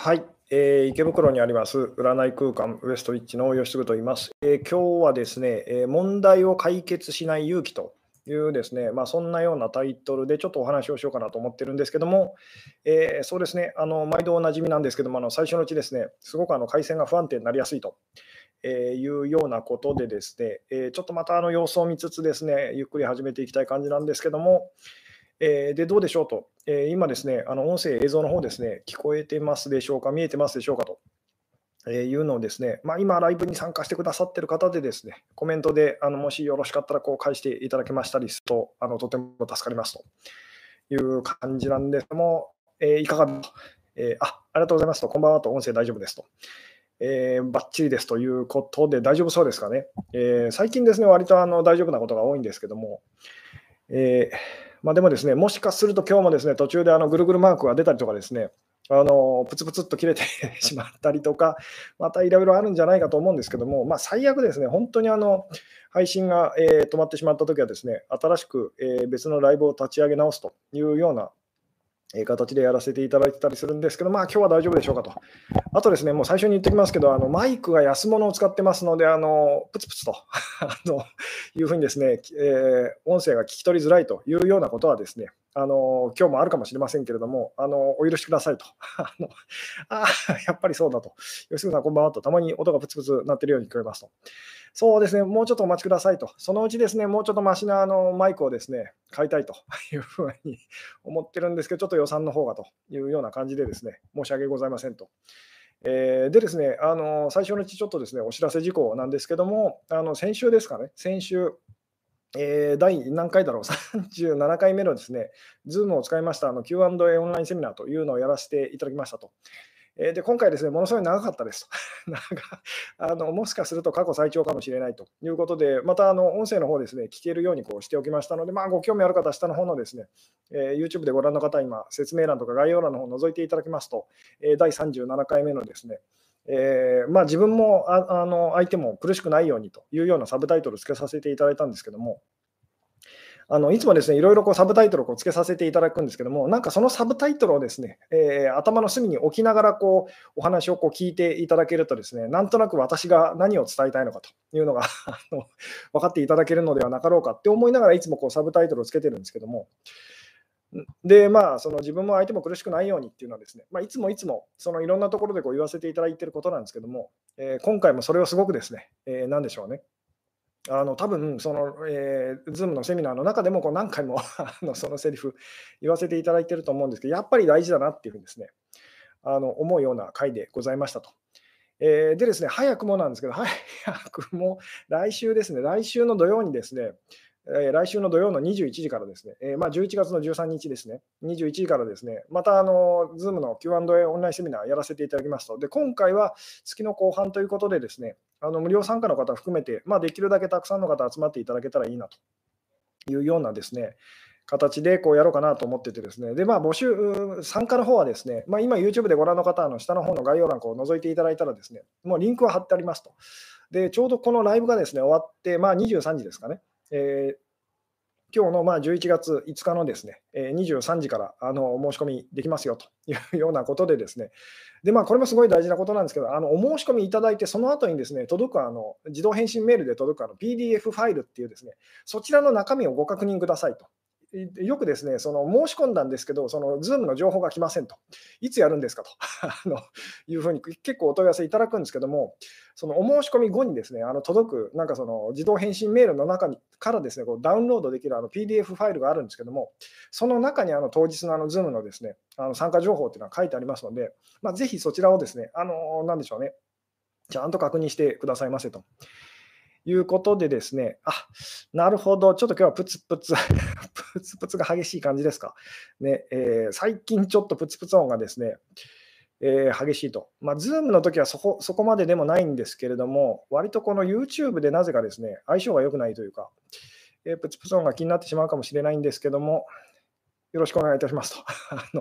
はい、池袋にあります占い空間ウエストリッチの吉嗣と言います。今日はですね、問題を解決しない勇気というですね、そんなようなタイトルでちょっとお話をしようかなと思ってるんですけども、そうですね、毎度おなじみなんですけども、最初のうちですね、すごく回線が不安定になりやすいと。いうようなことでですね、ちょっとまた様子を見つつですね、ゆっくり始めていきたい感じなんですけども、で、どうでしょうと、今ですね、音声、映像の方ですね、聞こえてますでしょうか、見えてますでしょうかと、いうのをですね、今、ライブに参加してくださっている方でですね、コメントで、もしよろしかったら返していただけましたりすると、とても助かりますという感じなんですけども、いかがでしょうか。ありがとうございますと、こんばんはと、音声大丈夫ですと。バッチリですということで、大丈夫そうですかね。最近ですね、割と大丈夫なことが多いんですけども、でもですね、もしかすると今日もですね、途中でぐるぐるマークが出たりとかですね、プツプツっと切れてしまったりとか、またいろいろあるんじゃないかと思うんですけども、最悪ですね、本当に配信が、止まってしまったときはですね、新しく、別のライブを立ち上げ直すというような形でやらせていただいてたりするんですけど、今日は大丈夫でしょうかと。あとですね、もう最初に言っておきますけど、マイクが安物を使ってますので、プツプツというふうにですね、音声が聞き取りづらいというようなことはですね、今日もあるかもしれませんけれども、お許しくださいと。やっぱりそうだと。吉村さん、こんばんはと。たまに音がプツプツ鳴ってるように聞こえますと。そうですね、もうちょっとお待ちくださいと。そのうちですね、もうちょっとマシなマイクをですね、買いたいというふうに思ってるんですけど、ちょっと予算の方がというような感じでですね、申し訳ございませんと。でですね、最初のうちちょっとですね、お知らせ事項なんですけども、先週ですかね、先週、第何回だろう、37回目のですね、Zoom を使いましたQ&A オンラインセミナーというのをやらせていただきましたと。で、今回ですね、ものすごい長かったですと。もしかすると過去最長かもしれないということで、また音声の方ですね、聞けるようにしておきましたので、ご興味ある方は下の方のですね、YouTube でご覧の方は今、説明欄とか概要欄の方を覗いていただきますと、第37回目のですね、自分も相手も苦しくないようにというようなサブタイトルを付けさせていただいたんですけども、いつもですね、いろいろサブタイトルを付けさせていただくんですけども、なんかそのサブタイトルをですね、頭の隅に置きながらお話を聞いていただけるとですね、なんとなく私が何を伝えたいのかというのが分かっていただけるのではなかろうかって思いながらいつもサブタイトルをつけてるんですけども、で、その自分も相手も苦しくないようにっていうのはですね、いつもそのいろんなところで言わせていただいていることなんですけども、今回もそれをすごくですね、なんでしょうね、多分その、Zoom のセミナーの中でも何回もそのセリフ言わせていただいていると思うんですけど、やっぱり大事だなっていうふうにですね、思うような回でございましたと。でですね、早くもなんですけど、早くも来週ですね、来週の土曜にですね、来週の土曜の21時からですね、11月の13日ですね、21時からですね、またZoom の Q&A オンラインセミナーやらせていただきますと。で、今回は月の後半ということでですね、無料参加の方含めて、できるだけたくさんの方集まっていただけたらいいなというようなですね、形でやろうかなと思っててですね、で、募集、参加の方はですね、今 YouTube でご覧の方は下の方の概要欄を覗いていただいたらですね、もうリンクは貼ってありますと。で、ちょうどこのライブがですね、終わって、23時ですかね。今日の11月5日のですね、23時から申し込みできますよというようなことでですね、で、これもすごい大事なことなんですけど、お申し込みいただいて、その後にですね、届く自動返信メールで届くPDF ファイルっていうですね、そちらの中身をご確認くださいと。よくですね、その申し込んだんですけど、その Zoom の情報が来ませんと。いつやるんですかというふうに結構お問い合わせいただくんですけども、そのお申し込み後にですね、届くなんかその自動返信メールの中にからですね、ダウンロードできるPDF ファイルがあるんですけども、その中に当日のZoom のですね、参加情報っていうのは書いてありますので、ぜひそちらをですね、なんでしょうね、ちゃんと確認してくださいませと。いうことでですね、なるほど、ちょっと今日はプツプツプツプツが激しい感じですか。ね、最近ちょっとプツプツ音がですね、激しいと。Zoom の時はそこまででもないんですけれども、割とこの YouTube でなぜかですね、相性が良くないというか、プツプツ音が気になってしまうかもしれないんですけども、よろしくお願いいたしますと。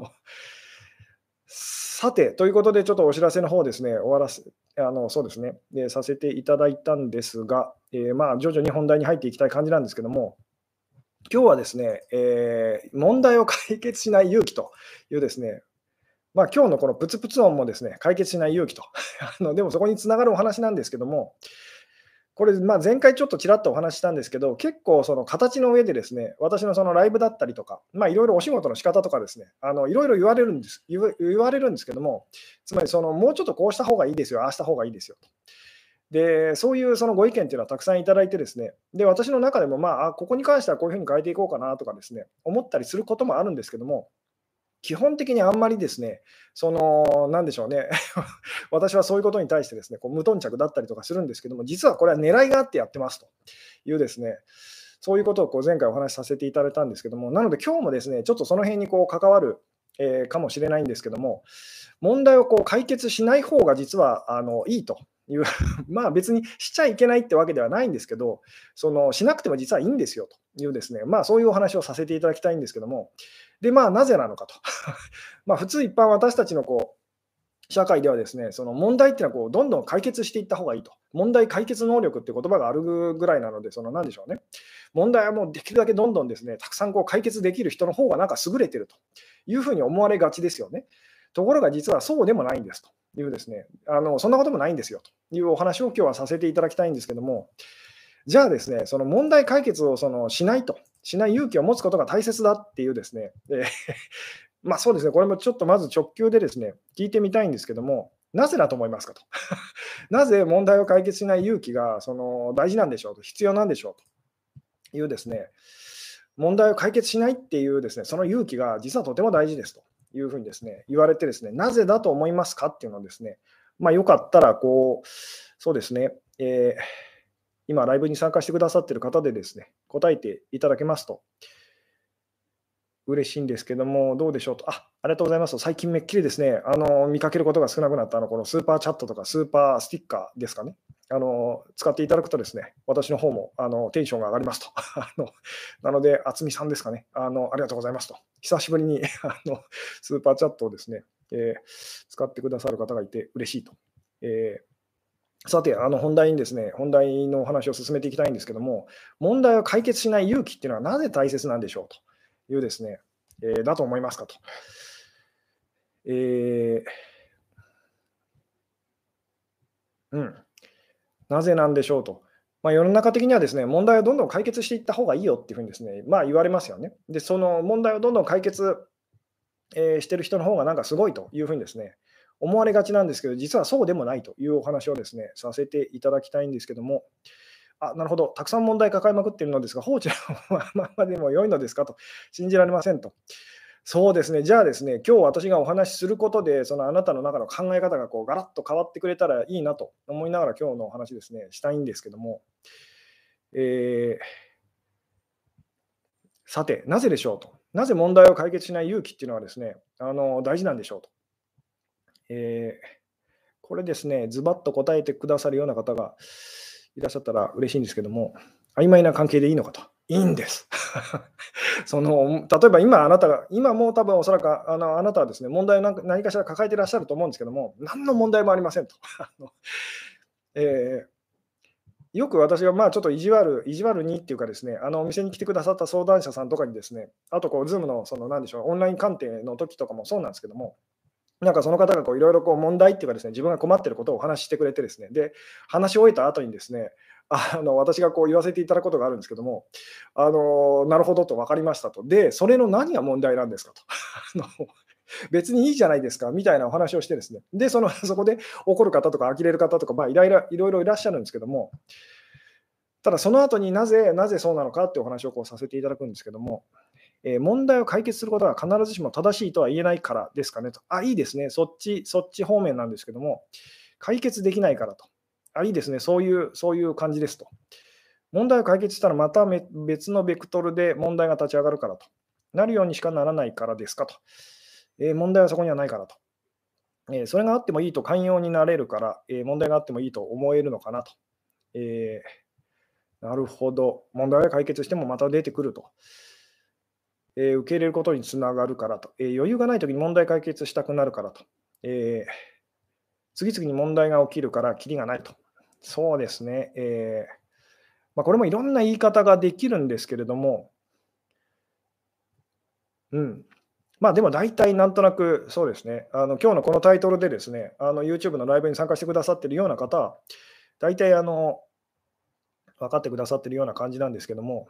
さて、ということで、ちょっとお知らせの方ですね、終わらせそうですね、させていただいたんですが、徐々に本題に入っていきたい感じなんですけども、今日はですね、問題を解決しない勇気というですね、 今日のこのプツプツ音もですね、解決しない勇気と。でもそこに繋がるお話なんですけども、これ、前回ちょっとちらっとお話ししたんですけど、結構その形の上でですね、私のそのライブだったりとか、いろいろお仕事の仕方とかですね、いろいろ言われるんですけども、つまりそのもうちょっとこうした方がいいですよ、ああした方がいいですよと。で、そういうそのご意見っていうのはたくさんいただいてですね、で、私の中でもここに関してはこういうふうに変えていこうかなとかですね、思ったりすることもあるんですけども、基本的にあんまりですね、なんでしょうね、私はそういうことに対してですね、こう無頓着だったりとかするんですけども、実はこれは狙いがあってやってますというですね、そういうことをこう前回お話しさせていただいたんですけども、なので今日もですね、ちょっとその辺にこう関わる、かもしれないんですけども、問題をこう解決しない方が実はいいという、別にしちゃいけないってわけではないんですけど、しなくても実はいいんですよというですね、そういうお話をさせていただきたいんですけども、で、なぜなのかと。普通一般私たちのこう社会ではですね、その問題っていうのはこうどんどん解決していった方がいいと。問題解決能力っていう言葉があるぐらいなので、なんでしょうね。問題はもうできるだけどんどんですね、たくさんこう解決できる人の方がなんか優れてるというふうに思われがちですよね。ところが実はそうでもないんですというですね、そんなこともないんですよというお話を今日はさせていただきたいんですけども、じゃあですね、その問題解決をしない勇気を持つことが大切だっていうですね、そうですね、これもちょっとまず直球でですね、聞いてみたいんですけども、なぜだと思いますかと。なぜ問題を解決しない勇気が大事なんでしょうと、必要なんでしょうというですね、問題を解決しないっていうですね、その勇気が実はとても大事ですというふうにですね、言われてですね、なぜだと思いますかっていうのをですね、よかったらそうですね、今ライブに参加してくださっている方でですね、答えていただけますと嬉しいんですけども、どうでしょうと。ありがとうございます。最近めっきりですね、見かけることが少なくなったこのスーパーチャットとかスーパースティッカーですかね。使っていただくとですね、私の方もテンションが上がりますと。なので、渥美さんですかね。ありがとうございますと。久しぶりにスーパーチャットをですね、使ってくださる方がいて嬉しいと。さて、本題のお話を進めていきたいんですけども、問題を解決しない勇気っていうのはなぜ大切なんでしょうというですね、だと思いますかと。えなぜなんでしょうと。世の中的にはですね、問題をどんどん解決していった方がいいよっていうふうにですね、言われますよね。で、その問題をどんどん解決、してる人の方がなんかすごいというふうにですね、思われがちなんですけど、実はそうでもないというお話をですね、させていただきたいんですけども、なるほど、たくさん問題抱えまくっているのですが、放置のままでも良いのですかと、信じられませんと。そうですね、じゃあですね、今日私がお話しすることで、あなたの中の考え方がガラッと変わってくれたらいいなと思いながら今日のお話ですね、したいんですけども、えーさて、なぜでしょうと。なぜ問題を解決しない勇気っていうのはですね、大事なんでしょうと。えーこれですね、ズバッと答えてくださるような方がいらっしゃったら嬉しいんですけども、曖昧な関係でいいのかと。いいんです。例えば今も多分おそらくあなたはですね、問題を何かしら抱えていらっしゃると思うんですけども、何の問題もありませんと。えーよく私がちょっと意地悪にっていうかですね、お店に来てくださった相談者さんとかにですね、あとZoom のなんでしょう、オンライン鑑定の時とかもそうなんですけども、なんかその方がいろいろ問題っていうかですね、自分が困っていることをお話ししてくれてですね、で、話し終えた後にですね、私が言わせていただくことがあるんですけども、なるほどと分かりましたと。で、それの何が問題なんですかと。別にいいじゃないですかみたいなお話をしてですね、で、そこで怒る方とか呆れる方とか、いろいろいらっしゃるんですけども、ただその後になぜそうなのかっていうお話をさせていただくんですけども、問題を解決することは必ずしも正しいとは言えないからですかねと。いいですね。そっち方面なんですけども、解決できないからと。いいですね。そういう感じですと。問題を解決したらまた別のベクトルで問題が立ち上がるからと。なるようにしかならないからですかと。問題はそこにはないからと。それがあってもいいと寛容になれるから、問題があってもいいと思えるのかなと。えなるほど。問題が解決してもまた出てくると。受け入れることにつながるからと。余裕がないときに問題解決したくなるからと。次々に問題が起きるからキリがないと。そうですね。これもいろんな言い方ができるんですけれども、うん。 でも大体なんとなくそうですね、今日のこのタイトルでですね、YouTube のライブに参加してくださっているような方は、大体分かってくださっているような感じなんですけども、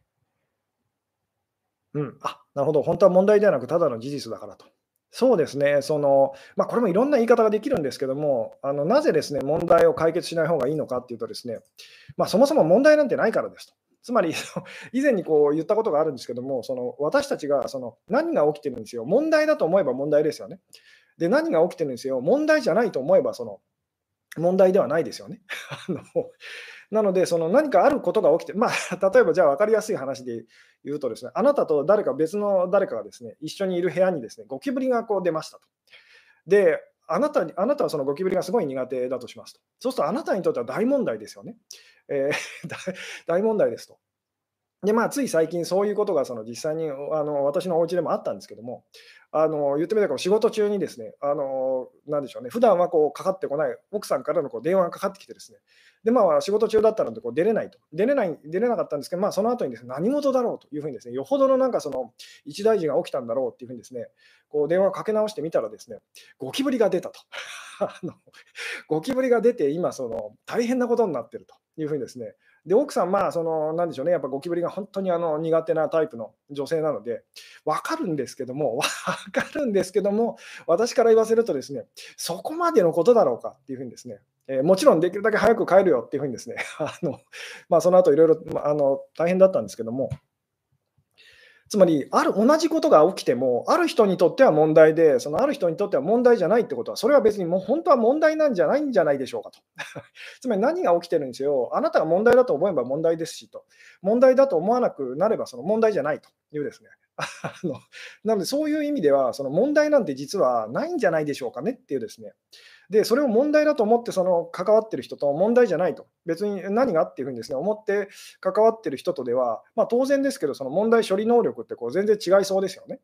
うん、なるほど、本当は問題ではなく、ただの事実だからと。そうですね、これもいろんな言い方ができるんですけども、なぜですね、問題を解決しない方がいいのかっていうとですね、そもそも問題なんてないからですと。つまり、以前にこう言ったことがあるんですけども、私たちが何が起きてるんですよ、問題だと思えば問題ですよね。で、何が起きてるんですよ、問題じゃないと思えば、問題ではないですよね。あのなので、何かあることが起きて、例えばじゃあ分かりやすい話で言うとですね、あなたと別の誰かがですね、一緒にいる部屋にですね、ゴキブリがこう出ましたと。で、あなたはそのゴキブリがすごい苦手だとしますと。そうするとあなたにとっては大問題ですよね。大問題ですと。で、つい最近そういうことが実際に私のお家でもあったんですけども、言ってみれば仕事中にですね、なんでしょうね、普段はこうかかってこない奥さんからのこう電話がかかってきてですね、で、仕事中だったのでこう出れないと。出れなかったんですけど、その後にですね、何事だろうというふうにですね、よほどのなんか一大事が起きたんだろうっていうふうにですね、こう電話をかけ直してみたらですね、ゴキブリが出たと。あのゴキブリが出て、今大変なことになっているというふうにですね、で、奥さん、なんでしょうね、やっぱゴキブリが本当に苦手なタイプの女性なので、分かるんですけども、分かるんですけども、私から言わせるとですね、そこまでのことだろうかっていうふうにですね、もちろんできるだけ早く帰るよっていうふうにですね、その後いろいろ、大変だったんですけども、つまり、同じことが起きても、ある人にとっては問題で、そのある人にとっては問題じゃないってことは、それは別にもう本当は問題なんじゃないんじゃないでしょうかと。つまり何が起きてるんですよ。あなたが問題だと思えば問題ですしと。問題だと思わなくなればその問題じゃないというですね。のなのでそういう意味では、その問題なんて実はないんじゃないでしょうかねっていうですね。で、それを問題だと思って関わってる人と問題じゃないと、別に何がっていうふうにですね、思って関わってる人とでは、当然ですけど、その問題処理能力ってこう全然違いそうですよね。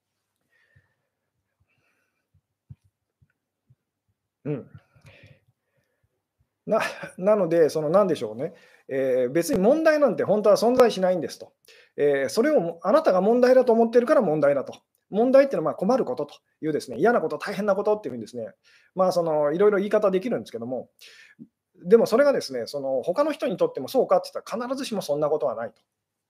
うん。ななので、なんでしょうね、別に問題なんて本当は存在しないんですと。それをあなたが問題だと思ってるから問題だと。問題っていうのは困ることというですね、嫌なこと、大変なことっていうふうにですね、いろいろ言い方できるんですけども、でもそれがですね、他の人にとってもそうかって言ったら必ずしもそんなことはないと。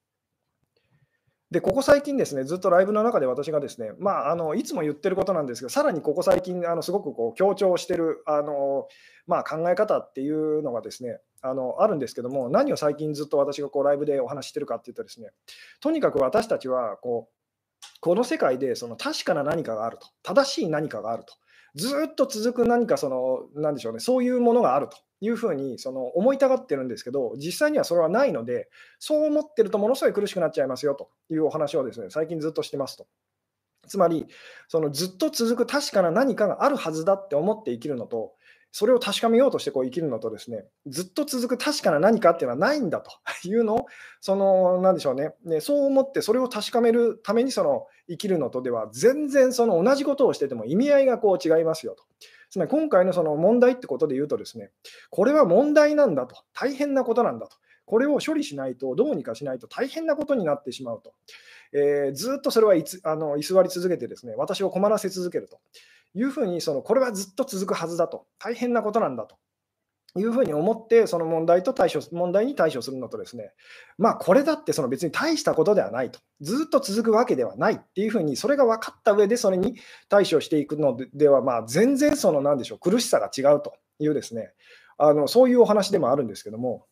で、ここ最近ですね、ずっとライブの中で私がですね、いつも言ってることなんですが、さらにここ最近、すごくこう強調してる、考え方っていうのがですね、あるんですけども、何を最近ずっと私がこうライブでお話ししてるかっていうとですね、とにかく私たちはこの世界でその確かな何かがあると、正しい何かがあると、ずーっと続く何かなんでしょうね、そういうものがあるというふうに思いたがってるんですけど、実際にはそれはないので、そう思ってるとものすごい苦しくなっちゃいますよというお話をですね、最近ずっとしてますと。つまり、ずっと続く確かな何かがあるはずだって思って生きるのと、それを確かめようとしてこう生きるのとですね、ずっと続く確かな何かっていうのはないんだというのを、なんでしょうね、そう思ってそれを確かめるために生きるのとでは、全然同じことをしてても意味合いがこう違いますよと。つまり今回のその問題ってことで言うとですね、これは問題なんだと、大変なことなんだと。これを処理しないと、どうにかしないと大変なことになってしまうと。ずっとそれはいつ居座り続けてですね、私を困らせ続けるというふうに、これはずっと続くはずだと、大変なことなんだというふうに思って、その問題に対処するのとですね、これだって別に大したことではないと、ずっと続くわけではないっていうふうに、それが分かった上で、それに対処していくのでは、全然なんでしょう、苦しさが違うというですね、そういうお話でもあるんですけども、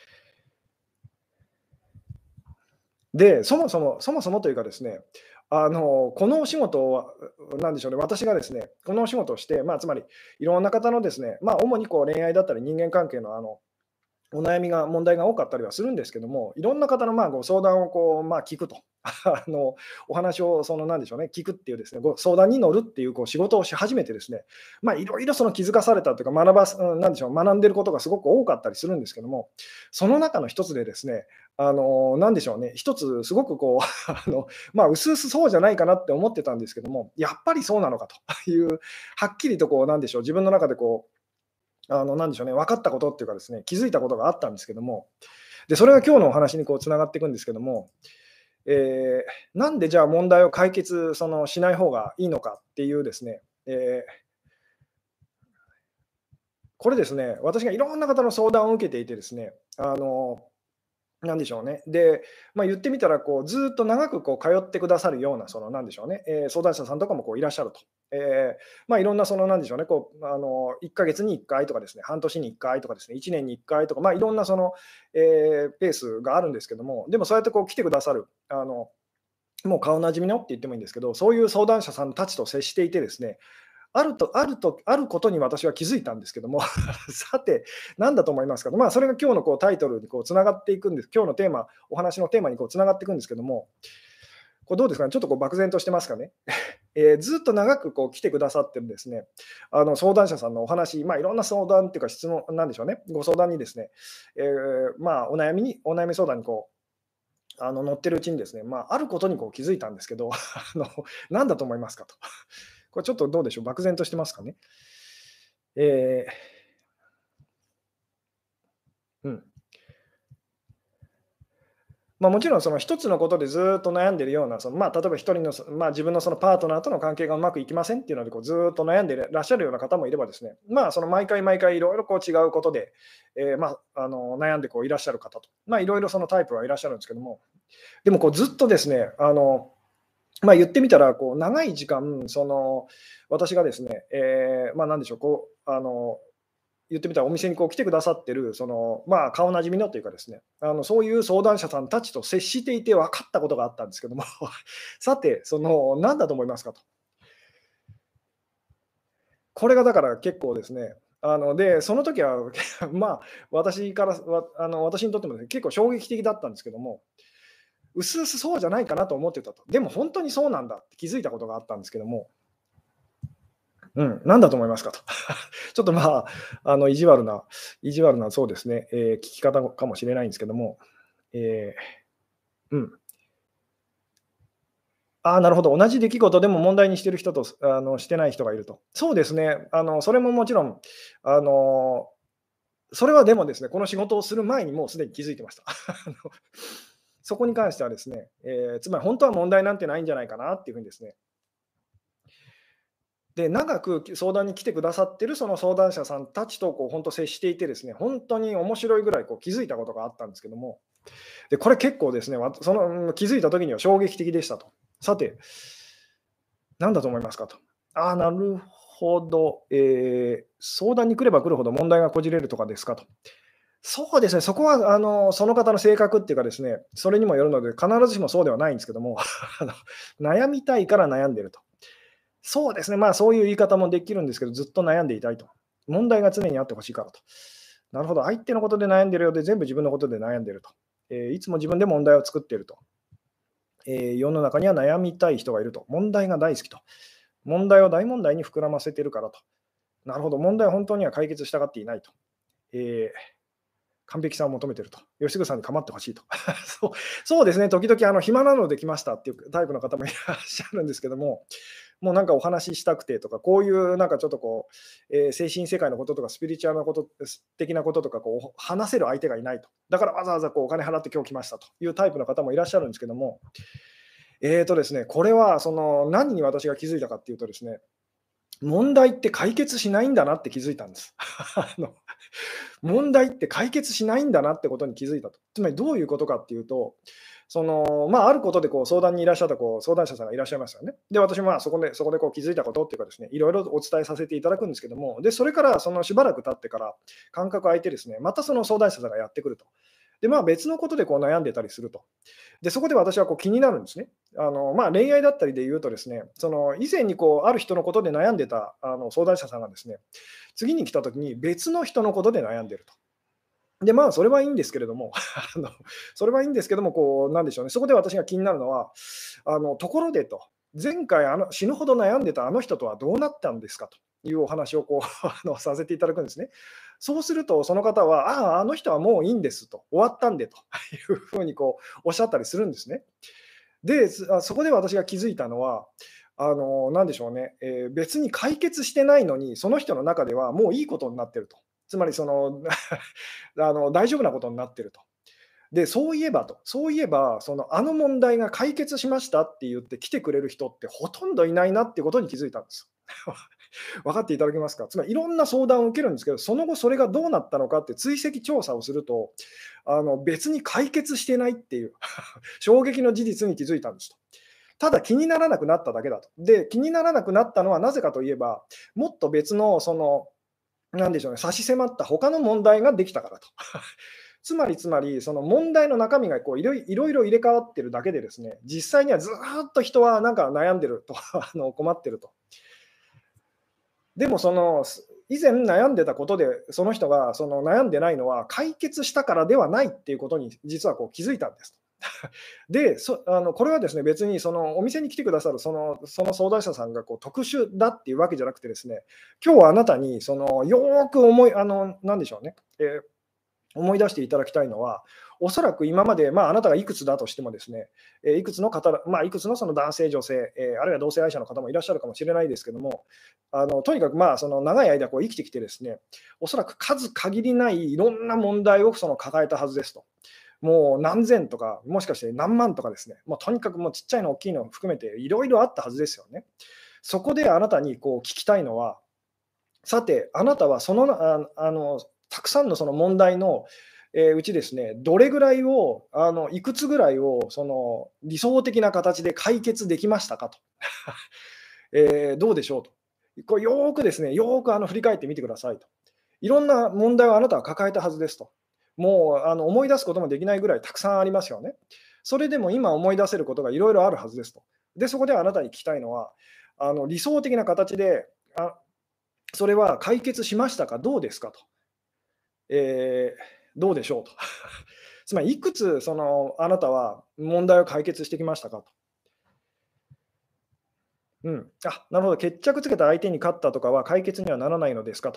で、そもそもというかですね、このお仕事は、なんでしょうね、私がですね、このお仕事をして、つまりいろんな方のですね、主にこう恋愛だったり人間関係のお悩みが問題が多かったりはするんですけども、いろんな方のご相談を聞くと、お話をなんでしょうね、聞くっていうですね、ご相談に乗るっていう仕事をし始めてですね、いろいろ気づかされたというか、なんでしょう、学んでることがすごく多かったりするんですけども、その中の一つでですね、なんでしょうね、一つすごく薄々そうじゃないかなって思ってたんですけども、やっぱりそうなのかという、はっきりとなんでしょう、自分の中でなんでしょうね、分かったことっていうかですね、気づいたことがあったんですけども、で、それが今日のお話につながっていくんですけども、 なんでじゃあ問題を解決しない方がいいのかっていうですね、これですね、私がいろんな方の相談を受けていてですね、なんでしょうね。で、言ってみたら、ずっと長く通ってくださるような、なんでしょうね、相談者さんとかもいらっしゃると。いろんななんでしょうね、1ヶ月に1回とかですね、半年に1回とかですね、1年に1回とか、いろんなペースがあるんですけども、でもそうやって来てくださる、もう顔なじみのって言ってもいいんですけど、そういう相談者さんたちと接していてですね、あることに私は気づいたんですけども、さて、何だと思いますかと、それが今日のタイトルにつながっていくんです。今日のテーマ、お話のテーマにつながっていくんですけども、どうですかね、ちょっと漠然としてますかね。ずっと長く来てくださってるですね、相談者さんのお話、いろんな相談っていうか質問なんでしょうね、ご相談にですね、お悩み相談に乗ってるうちにですね、あることに気づいたんですけど、何だと思いますかと。これちょっとどうでしょう、漠然としてますかね。えうん。もちろんその一つのことでずっと悩んでるような、例えば一人の自分のパートナーとの関係がうまくいきませんっていうので、ずっと悩んでらっしゃるような方もいればですね、毎回毎回いろいろ違うことで、悩んでいらっしゃる方と、いろいろそのタイプはいらっしゃるんですけども、でもずっとですね、言ってみたら長い時間、私がですね、なんでしょう、言ってみたらお店に来てくださってる、顔なじみのというかですね、そういう相談者さんたちと接していて分かったことがあったんですけども、さて、何だと思いますかと。これがだから結構ですね、で、その時は私にとってもですね、結構衝撃的だったんですけども、薄々そうじゃないかなと思ってたと。でも本当にそうなんだって気づいたことがあったんですけども、何だと思いますかと。ちょっと意地悪なそうですね、聞き方かもしれないんですけども、えうん。ああ、なるほど。同じ出来事でも問題にしてる人と、してない人がいると。そうですね。それももちろん、あの、それはでもですね、この仕事をする前にもうすでに気づいてました。そこに関してはですね、つまり本当は問題なんてないんじゃないかなっていうふうにですね、で、長く相談に来てくださってるその相談者さんたちと本当接していてですね、本当に面白いぐらい気づいたことがあったんですけども、で、これ結構ですね、気づいた時には衝撃的でしたと。さて、何だと思いますかと。ああ、なるほど、相談に来れば来るほど問題がこじれるとかですかと。そうですね、そこはその方の性格っていうかですね、それにもよるので、必ずしもそうではないんですけども、あの悩みたいから悩んでると。そうですね、そういう言い方もできるんですけど、ずっと悩んでいたいと。問題が常にあってほしいからと。なるほど、相手のことで悩んでるようで、全部自分のことで悩んでると。いつも自分で問題を作っていると。世の中には悩みたい人がいると。問題が大好きと。問題を大問題に膨らませてるからと。なるほど、問題は本当には解決したがっていないと。えー完璧さを求めていると。吉純さんに構ってほしいと。そうそうですね、時々暇なので来ましたっていうタイプの方もいらっしゃるんですけども、もうなんかお話ししたくてとか、こういうなんかちょっと精神世界のこととかスピリチュアルなこと的なこととか話せる相手がいないと。だからわざわざお金払って今日来ましたというタイプの方もいらっしゃるんですけども、ですね、これは何に私が気づいたかっていうとですね、問題って解決しないんだなって気づいたんです。問題って解決しないんだなってことに気づいたと。つまりどういうことかっていうと、あることで相談にいらっしゃった相談者さんがいらっしゃいますよね。で、私もそこで気づいたことっていうかですね、いろいろお伝えさせていただくんですけども、で、それからしばらく経ってから間隔空いてですね、またその相談者さんがやってくると。で、別のことで悩んでたりすると。で、そこで私は気になるんですね。恋愛だったりで言うとですね、以前にある人のことで悩んでた相談者さんがですね、次に来た時に別の人のことで悩んでると。で、それはいいんですけれども、それはいいんですけども、なんでしょうね、そこで私が気になるのは、ところでと、前回死ぬほど悩んでたあの人とはどうなったんですかというお話をさせていただくんですね。そうすると、その方は、ああ、あの人はもういいんですと、終わったんでというふうにおっしゃったりするんですね。で、そこで私が気づいたのは、なんでしょうね、別に解決してないのに、その人の中ではもういいことになってると。つまり大丈夫なことになってると。 で、そういえば、あの問題が解決しましたって言って来てくれる人ってほとんどいないなっていうことに気づいたんです。分かっていただけますか？つまりいろんな相談を受けるんですけど、その後それがどうなったのかって追跡調査をすると、別に解決してないっていう衝撃の事実に気づいたんですと。ただ気にならなくなっただけだと。で、気にならなくなったのはなぜかといえば、もっと別のなんでしょうね、差し迫った他の問題ができたからと。つまり、その問題の中身がこういろいろ入れ替わってるだけでですね、実際にはずっと人はなんか悩んでると困ってると。でも以前悩んでたことで、その人が悩んでないのは解決したからではないっていうことに実はこう気づいたんです。で、これはですね、別にお店に来てくださるその相談者さんがこう特殊だっていうわけじゃなくてですね、今日はあなたによーくなんでしょうね、思い出していただきたいのは、おそらく今まで、あなたがいくつだとしてもですね、いくつの方、いくつのその男性、女性、あるいは同性愛者の方もいらっしゃるかもしれないですけども、とにかく長い間こう生きてきてですね、おそらく数限りないいろんな問題を抱えたはずですと。もう何千とか、もしかして何万とかですね、もうとにかくもうちっちゃいの、大きいのを含めていろいろあったはずですよね。そこであなたにこう聞きたいのは、さて、あなたはたくさんのその問題の、うちですね、どれぐらいを、いくつぐらいを理想的な形で解決できましたかと。どうでしょうと。これよーくですね、よーく振り返ってみてくださいと。いろんな問題をあなたは抱えたはずですと。もう思い出すこともできないぐらいたくさんありますよね。それでも今思い出せることがいろいろあるはずですと。で、そこであなたに聞きたいのは、理想的な形で、それは解決しましたか、どうですかと。どうでしょうと。つまり、いくつあなたは問題を解決してきましたかと。うん、なるほど、決着つけた相手に勝ったとかは解決にはならないのですかと。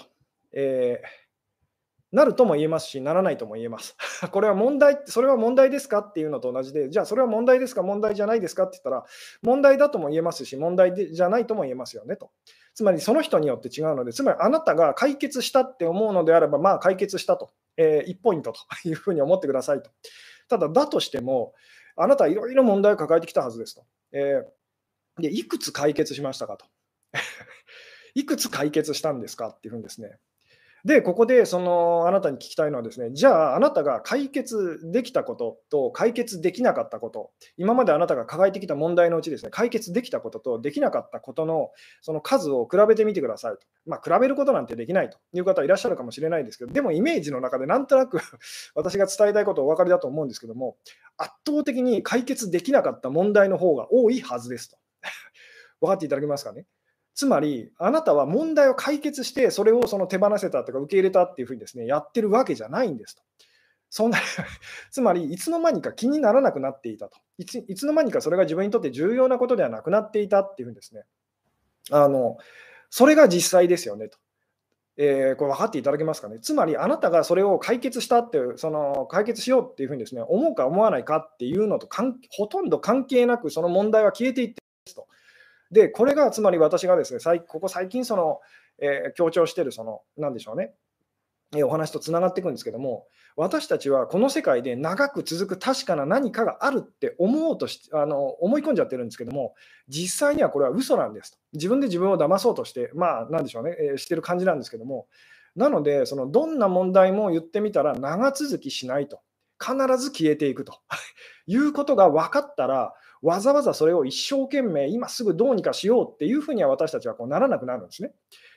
なるとも言えますし、ならないとも言えます。それは問題ですかっていうのと同じで、じゃあそれは問題ですか、問題じゃないですかって言ったら、問題だとも言えますし、じゃないとも言えますよねと。つまりその人によって違うので、つまりあなたが解決したって思うのであれば、解決したと、1ポイントというふうに思ってくださいと。ただ、だとしても、あなたはいろいろ問題を抱えてきたはずですと。で、いくつ解決しましたかと。いくつ解決したんですかっていうふうにですね。で、ここであなたに聞きたいのはですね、じゃあ、あなたが解決できたことと解決できなかったこと、今まであなたが抱えてきた問題のうちですね、解決できたこととできなかったことのその数を比べてみてくださいと。比べることなんてできないという方はいらっしゃるかもしれないですけど、でもイメージの中でなんとなく私が伝えたいことお分かりだと思うんですけども、圧倒的に解決できなかった問題の方が多いはずですと。分かっていただけますかね。つまり、あなたは問題を解決して、それを手放せたとか受け入れたっていうふうにですね、やってるわけじゃないんですと。そんなつまり、いつの間にか気にならなくなっていたと。いつの間にかそれが自分にとって重要なことではなくなっていたっていうふうにですね、あのそれが実際ですよねと。これ分かっていただけますかね。つまり、あなたがそれを解決したっていう、解決しようっていうふうにですね、思うか思わないかっていうのとほとんど関係なく、その問題は消えていってますと。で、これがつまり私がですね、ここ最近強調しているなんでしょうね、お話とつながっていくんですけども、私たちはこの世界で長く続く確かな何かがあるって思うとし思い込んじゃってるんですけども、実際にはこれは嘘なんですと。自分で自分を騙そうとして、なんでしょうね、してる感じなんですけども、なので、どんな問題も言ってみたら長続きしないと。必ず消えていくということが分かったら、わざわざそれを一生懸命今すぐどうにかしようっていうふうには私たちはこうならなくなるんですね。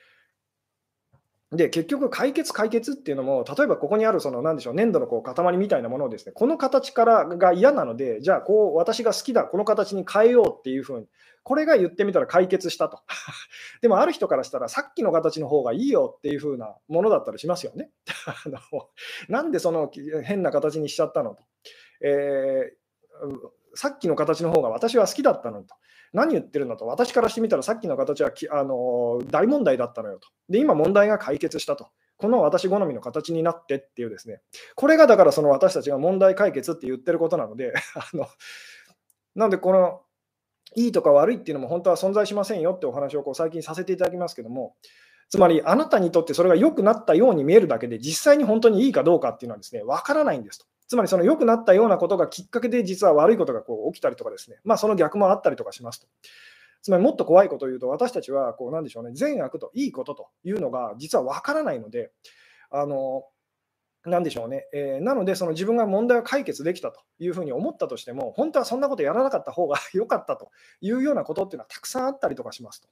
で、結局解決っていうのも、例えばここにあるなんでしょう、粘土のこう塊みたいなものをですね、この形からが嫌なので、じゃあこう私が好きだ、この形に変えようっていうふうに、これが言ってみたら解決したと。でもある人からしたら、さっきの形の方がいいよっていうふうなものだったりしますよね。なんでその変な形にしちゃったのと。えさっきの形の方が私は好きだったのにと。何言ってるんだと。私からしてみたらさっきの形は大問題だったのよと。で、今問題が解決したと。この私好みの形になってっていうですね。これがだから私たちが問題解決って言ってることなので、なんでこのいいとか悪いっていうのも本当は存在しませんよってお話をこう最近させていただきますけども、つまりあなたにとってそれが良くなったように見えるだけで、実際に本当にいいかどうかっていうのはですね、わからないんですと。 つまりその良くなったようなことがきっかけで実は悪いことがこう起きたりとかですね、その逆もあったりとかしますと。つまりもっと怖いことを言うと、私たちはこうなんでしょうね、善悪といいことというのが実は分からないので、あのなんでしょうね、なので、その自分が問題を解決できたというふうに思ったとしても、本当はそんなことやらなかった方が良かったというようなことっていうのはたくさんあったりとかしますと。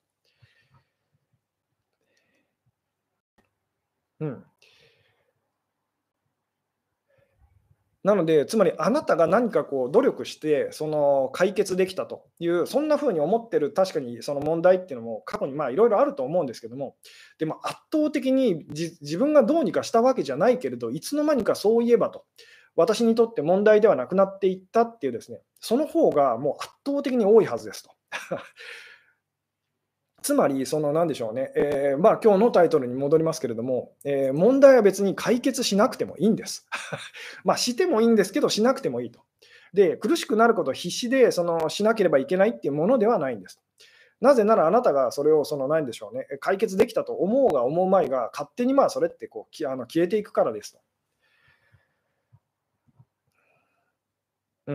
うん。なので、つまりあなたが何かこう努力して、その解決できたという、そんな風に思ってる確かにその問題っていうのも過去にいろいろあると思うんですけども、でも圧倒的に自分がどうにかしたわけじゃないけれど、いつの間にかそういえばと、私にとって問題ではなくなっていったっていうですね、その方がもう圧倒的に多いはずですと。つまり、そのなんでしょうね、今日のタイトルに戻りますけれども、問題は別に解決しなくてもいいんです。してもいいんですけど、しなくてもいいと。で、苦しくなることを必死でしなければいけないっていうものではないんです。なぜならあなたがそれをなんでしょうね、解決できたと思うが思うまいが、勝手にそれってこう消えていくからですと。うん。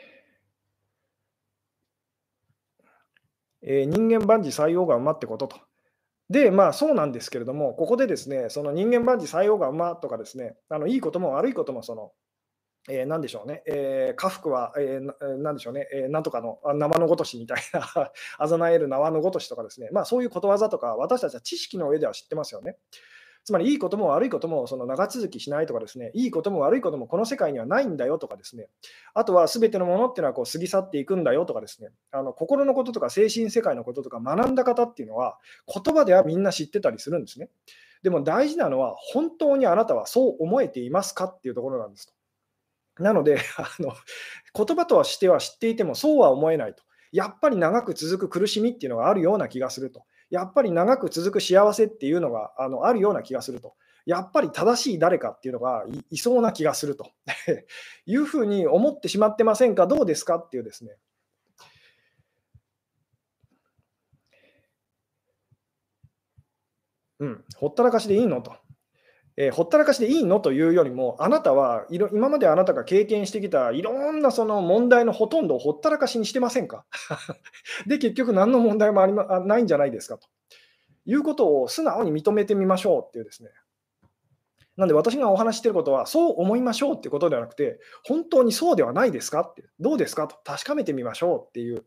人間万事塞翁が馬ってことと。で、そうなんですけれども、ここでですね、その人間万事塞翁が馬とかですね、いいことも悪いこともなんでしょうね、家福は、なんでしょうね、なんとかの生のごとしみたいなあざなえる縄のごとしとかですね、そういうことわざとか、私たちは知識の上では知ってますよね。つまりいいことも悪いことも長続きしないとかですね、いいことも悪いこともこの世界にはないんだよとかですね、あとは全てのものっていうのはこう過ぎ去っていくんだよとかですね、心のこととか精神世界のこととか学んだ方っていうのは、言葉ではみんな知ってたりするんですね。でも大事なのは、本当にあなたはそう思えていますかっていうところなんですと。なので、言葉とはしては知っていても、そうは思えないと。やっぱり長く続く苦しみっていうのがあるような気がすると。やっぱり長く続く幸せっていうのがあるような気がすると。やっぱり正しい誰かっていうのがいそうな気がするというふうに思ってしまってませんか、どうですかっていうですね。うん、ほったらかしでいいのと。ほったらかしでいいのというよりも、あなたは今まであなたが経験してきたいろんなその問題のほとんどをほったらかしにしてませんかで、結局何の問題もないんじゃないですかということを素直に認めてみましょうっていうですね。なんで私がお話ししていることは、そう思いましょうってことではなくて、本当にそうではないですかって、どうですかと確かめてみましょうっていう、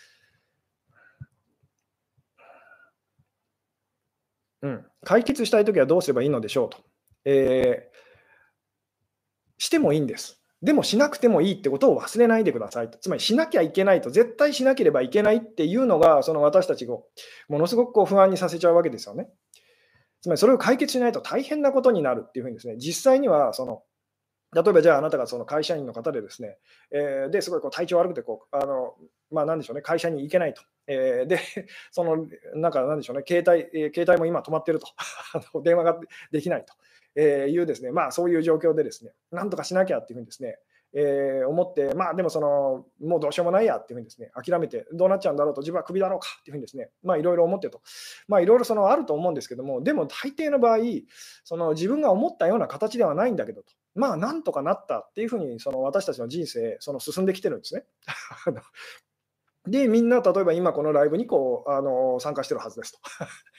解決したいときはどうすればいいのでしょうと。えーしてもいいんです。でもしなくてもいいってことを忘れないでくださいと。つまりしなきゃいけないと、絶対しなければいけないっていうのが、その私たちをものすごくこう不安にさせちゃうわけですよね。つまりそれを解決しないと大変なことになるっていうふうにですね、実際には例えばじゃああなたがその会社員の方でですね、すごいこう体調悪くてなんでしょうね、会社に行けないと。で、なんでしょうね、携帯も今止まってると、電話ができないと、いうですね、そういう状況でですね、なんとかしなきゃっていうふうにですね、思って、でももうどうしようもないやっていうふうにですね、諦めて、どうなっちゃうんだろうと、自分はクビだろうかっていうふうにですね、いろいろ思ってと、いろいろあると思うんですけども、でも大抵の場合、自分が思ったような形ではないんだけどと、なんとかなったっていうふうに私たちの人生、進んできてるんですね。あので、みんな例えば今このライブに参加してるはずですと。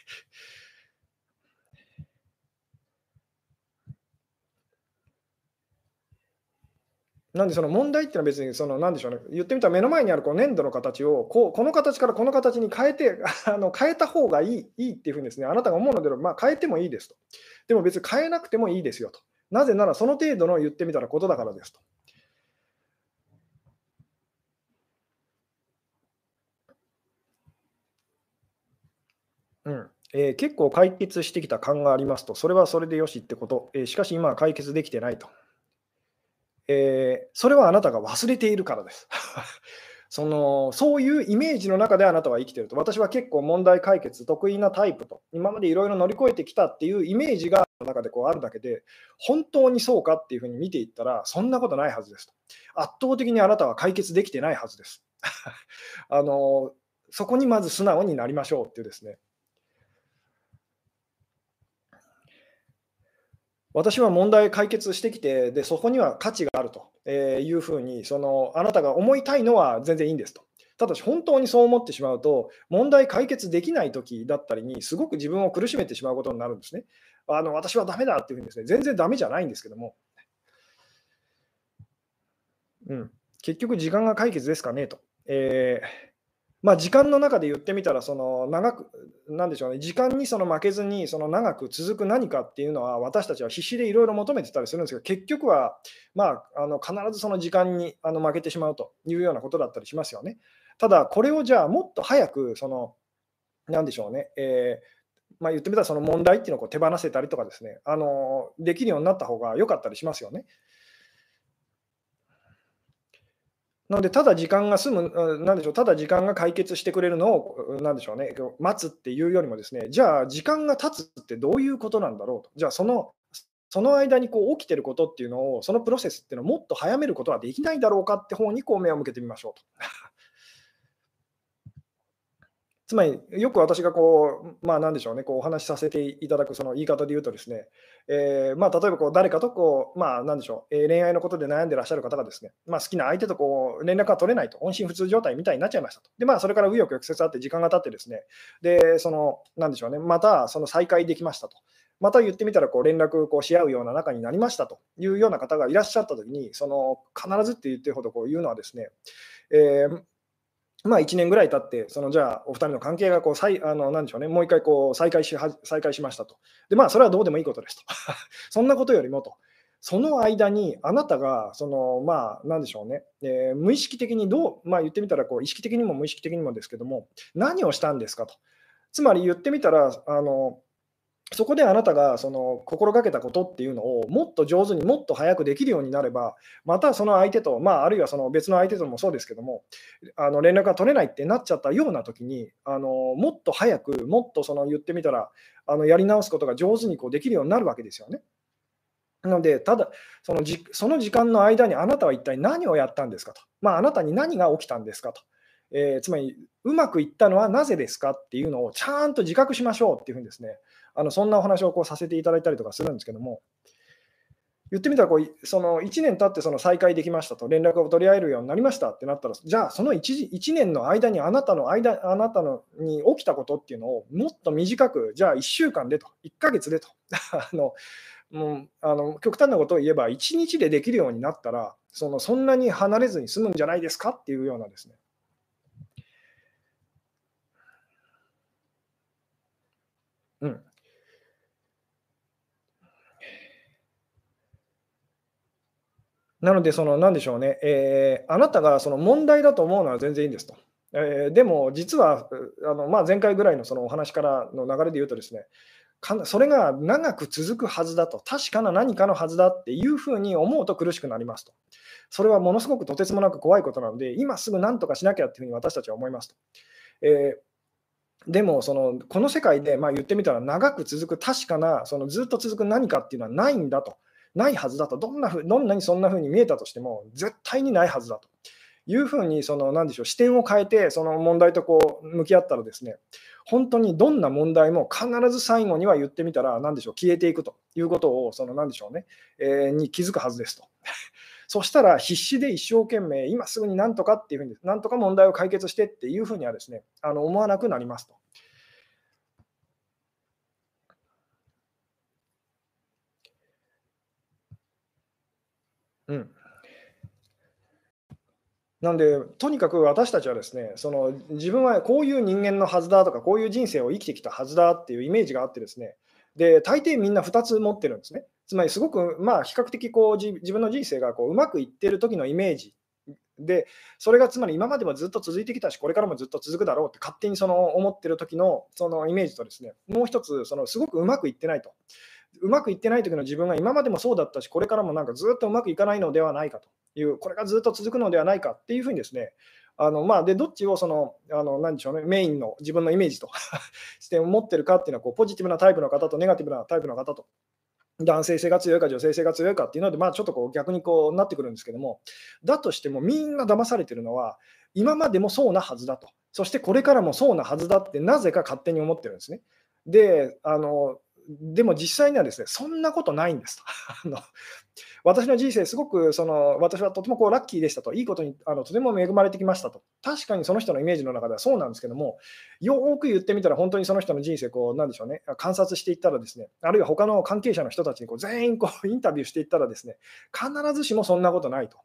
なんでその問題っていうのは別になんでしょうね、言ってみたら目の前にある粘土の形をこの形からこの形に変えて、変えた方がいいっていうふうにですね、あなたが思うのであれば、変えてもいいですと。でも別に変えなくてもいいですよと。なぜならその程度の言ってみたらことだからですと。結構解決してきた感がありますと、それはそれでよしってこと、しかし今は解決できてないと。それはあなたが忘れているからです。そういうイメージの中であなたは生きていると。私は結構問題解決得意なタイプと、今までいろいろ乗り越えてきたっていうイメージが中であるだけで、本当にそうかっていうふうに見ていったら、そんなことないはずですと。圧倒的にあなたは解決できてないはずです。あの、そこにまず素直になりましょうっていうですね。 私は問題解決してきて、で、そこには価値があるというふうに、あなたが思いたいのは全然いいんですと。ただし、本当にそう思ってしまうと、問題解決できない時だったりに、すごく自分を苦しめてしまうことになるんですね。私はダメだっていうふうにですね、全然ダメじゃないんですけども、うん、結局時間が解決ですかねと。時間の中で言ってみたら、長く、なんでしょうね、時間に負けずに、長く続く何かっていうのは、私たちは必死でいろいろ求めてたりするんですけど、結局は、必ずその時間に負けてしまうというようなことだったりしますよね。ただ、これをじゃあ、もっと早く、なんでしょうね、言ってみたら、その問題っていうのをこう手放せたりとかですね、できるようになった方が良かったりしますよね。なので、ただ時間が済む、なんでしょう、ただ時間が解決してくれるのを、なんでしょうね、待つっていうよりもですね、じゃあ時間が経つってどういうことなんだろうと。じゃあその間にこう起きてることっていうのを、そのプロセスっていうのをもっと早めることはできないだろうかって方にこう目を向けてみましょうと。つまり、よく私がなんでしょうね、こうお話しさせていただくその言い方で言うとですね、例えばこう誰かとなんでしょう、恋愛のことで悩んでらっしゃる方がですね、好きな相手とこう連絡が取れないと、音信不通状態みたいになっちゃいましたと。で、それから紆余曲折あって時間が経ってですね、で、なんでしょうね、またその再会できましたと。また言ってみたらこう連絡こうし合うような仲になりましたというような方がいらっしゃったときに、必ずって言ってるほどこう言うのはですね、えー1年ぐらい経って、じゃあ、お二人の関係がこう、なんでしょうね、もう一回こう再開しましたと。で、それはどうでもいいことですと。そんなことよりもと、その間にあなたが、なんでしょうね、無意識的に言ってみたらこう、意識的にも無意識的にもですけども、何をしたんですかと。つまり言ってみたら、そこであなたが心がけたことっていうのをもっと上手にもっと早くできるようになれば、またその相手と、あるいはその別の相手ともそうですけども、連絡が取れないってなっちゃったような時に、もっと早く、もっと言ってみたら、やり直すことが上手にこうできるようになるわけですよね。なので、ただ、その時間の間にあなたは一体何をやったんですかと。あなたに何が起きたんですかと。つまり、うまくいったのはなぜですかっていうのをちゃんと自覚しましょうっていうふうにですね、そんなお話をこうさせていただいたりとかするんですけども、言ってみたらその1年経ってその再会できましたと、連絡を取り合えるようになりましたってなったら、じゃあその1年の間にあなたのに起きたことっていうのをもっと短く、じゃあ1週間でと、1ヶ月でと、極端なことを言えば、1日でできるようになったら、そんなに離れずに済むんじゃないですかっていうようなですね。うん。なので、なんでしょうね、あなたがその問題だと思うのは全然いいんですと。でも実は、前回ぐらいのそのお話からの流れで言うとですね、それが長く続くはずだと、確かな何かのはずだっていうふうに思うと苦しくなりますと。それはものすごくとてつもなく怖いことなので、今すぐ何とかしなきゃっていうふうに私たちは思いますと。えでもこの世界で、言ってみたら長く続く確かな、ずっと続く何かっていうのはないんだと。ないはずだと。どんなにそんな風に見えたとしても、絶対にないはずだという風に、なんでしょう、視点を変えて、その問題とこう向き合ったらですね、本当にどんな問題も必ず最後には言ってみたら、なんでしょう、消えていくということを、なんでしょうね、に気づくはずですと。そしたら必死で一生懸命、今すぐになんとかっていう風に、なんとか問題を解決してっていう風にはですね、思わなくなりますと。うん。なんで、とにかく私たちはですね、自分はこういう人間のはずだとか、こういう人生を生きてきたはずだっていうイメージがあってですね、で、大抵みんな2つ持ってるんですね。つまりすごく、比較的こう、自分の人生がこううまくいってる時のイメージで、それがつまり今までもずっと続いてきたし、これからもずっと続くだろうって勝手に思ってる時のそのイメージとですね、もう一つ、すごくうまくいってないと。うまくいってない時の自分が今までもそうだったし、これからもなんかずっとうまくいかないのではないかという、これがずっと続くのではないかっていうふうにですね、でどっちをなんでしょうね、メインの自分のイメージとして持ってるかっていうのはポジティブなタイプの方とネガティブなタイプの方と、男性性が強いか女性性が強いかっていうので、ちょっと逆になってくるんですけども、だとしてもみんな騙されてるのは、今までもそうなはずだと、そしてこれからもそうなはずだってなぜか勝手に思ってるんですね。で、 でも実際にはですね、そんなことないんですと。あの私の人生、すごく私はとてもこうラッキーでしたと、いいことにとても恵まれてきましたと、確かにその人のイメージの中ではそうなんですけども、よーく言ってみたら、本当にその人の人生、こうなんでしょうね、観察していったらですね、あるいは他の関係者の人たちにこう全員こうインタビューしていったらですね、必ずしもそんなことないと。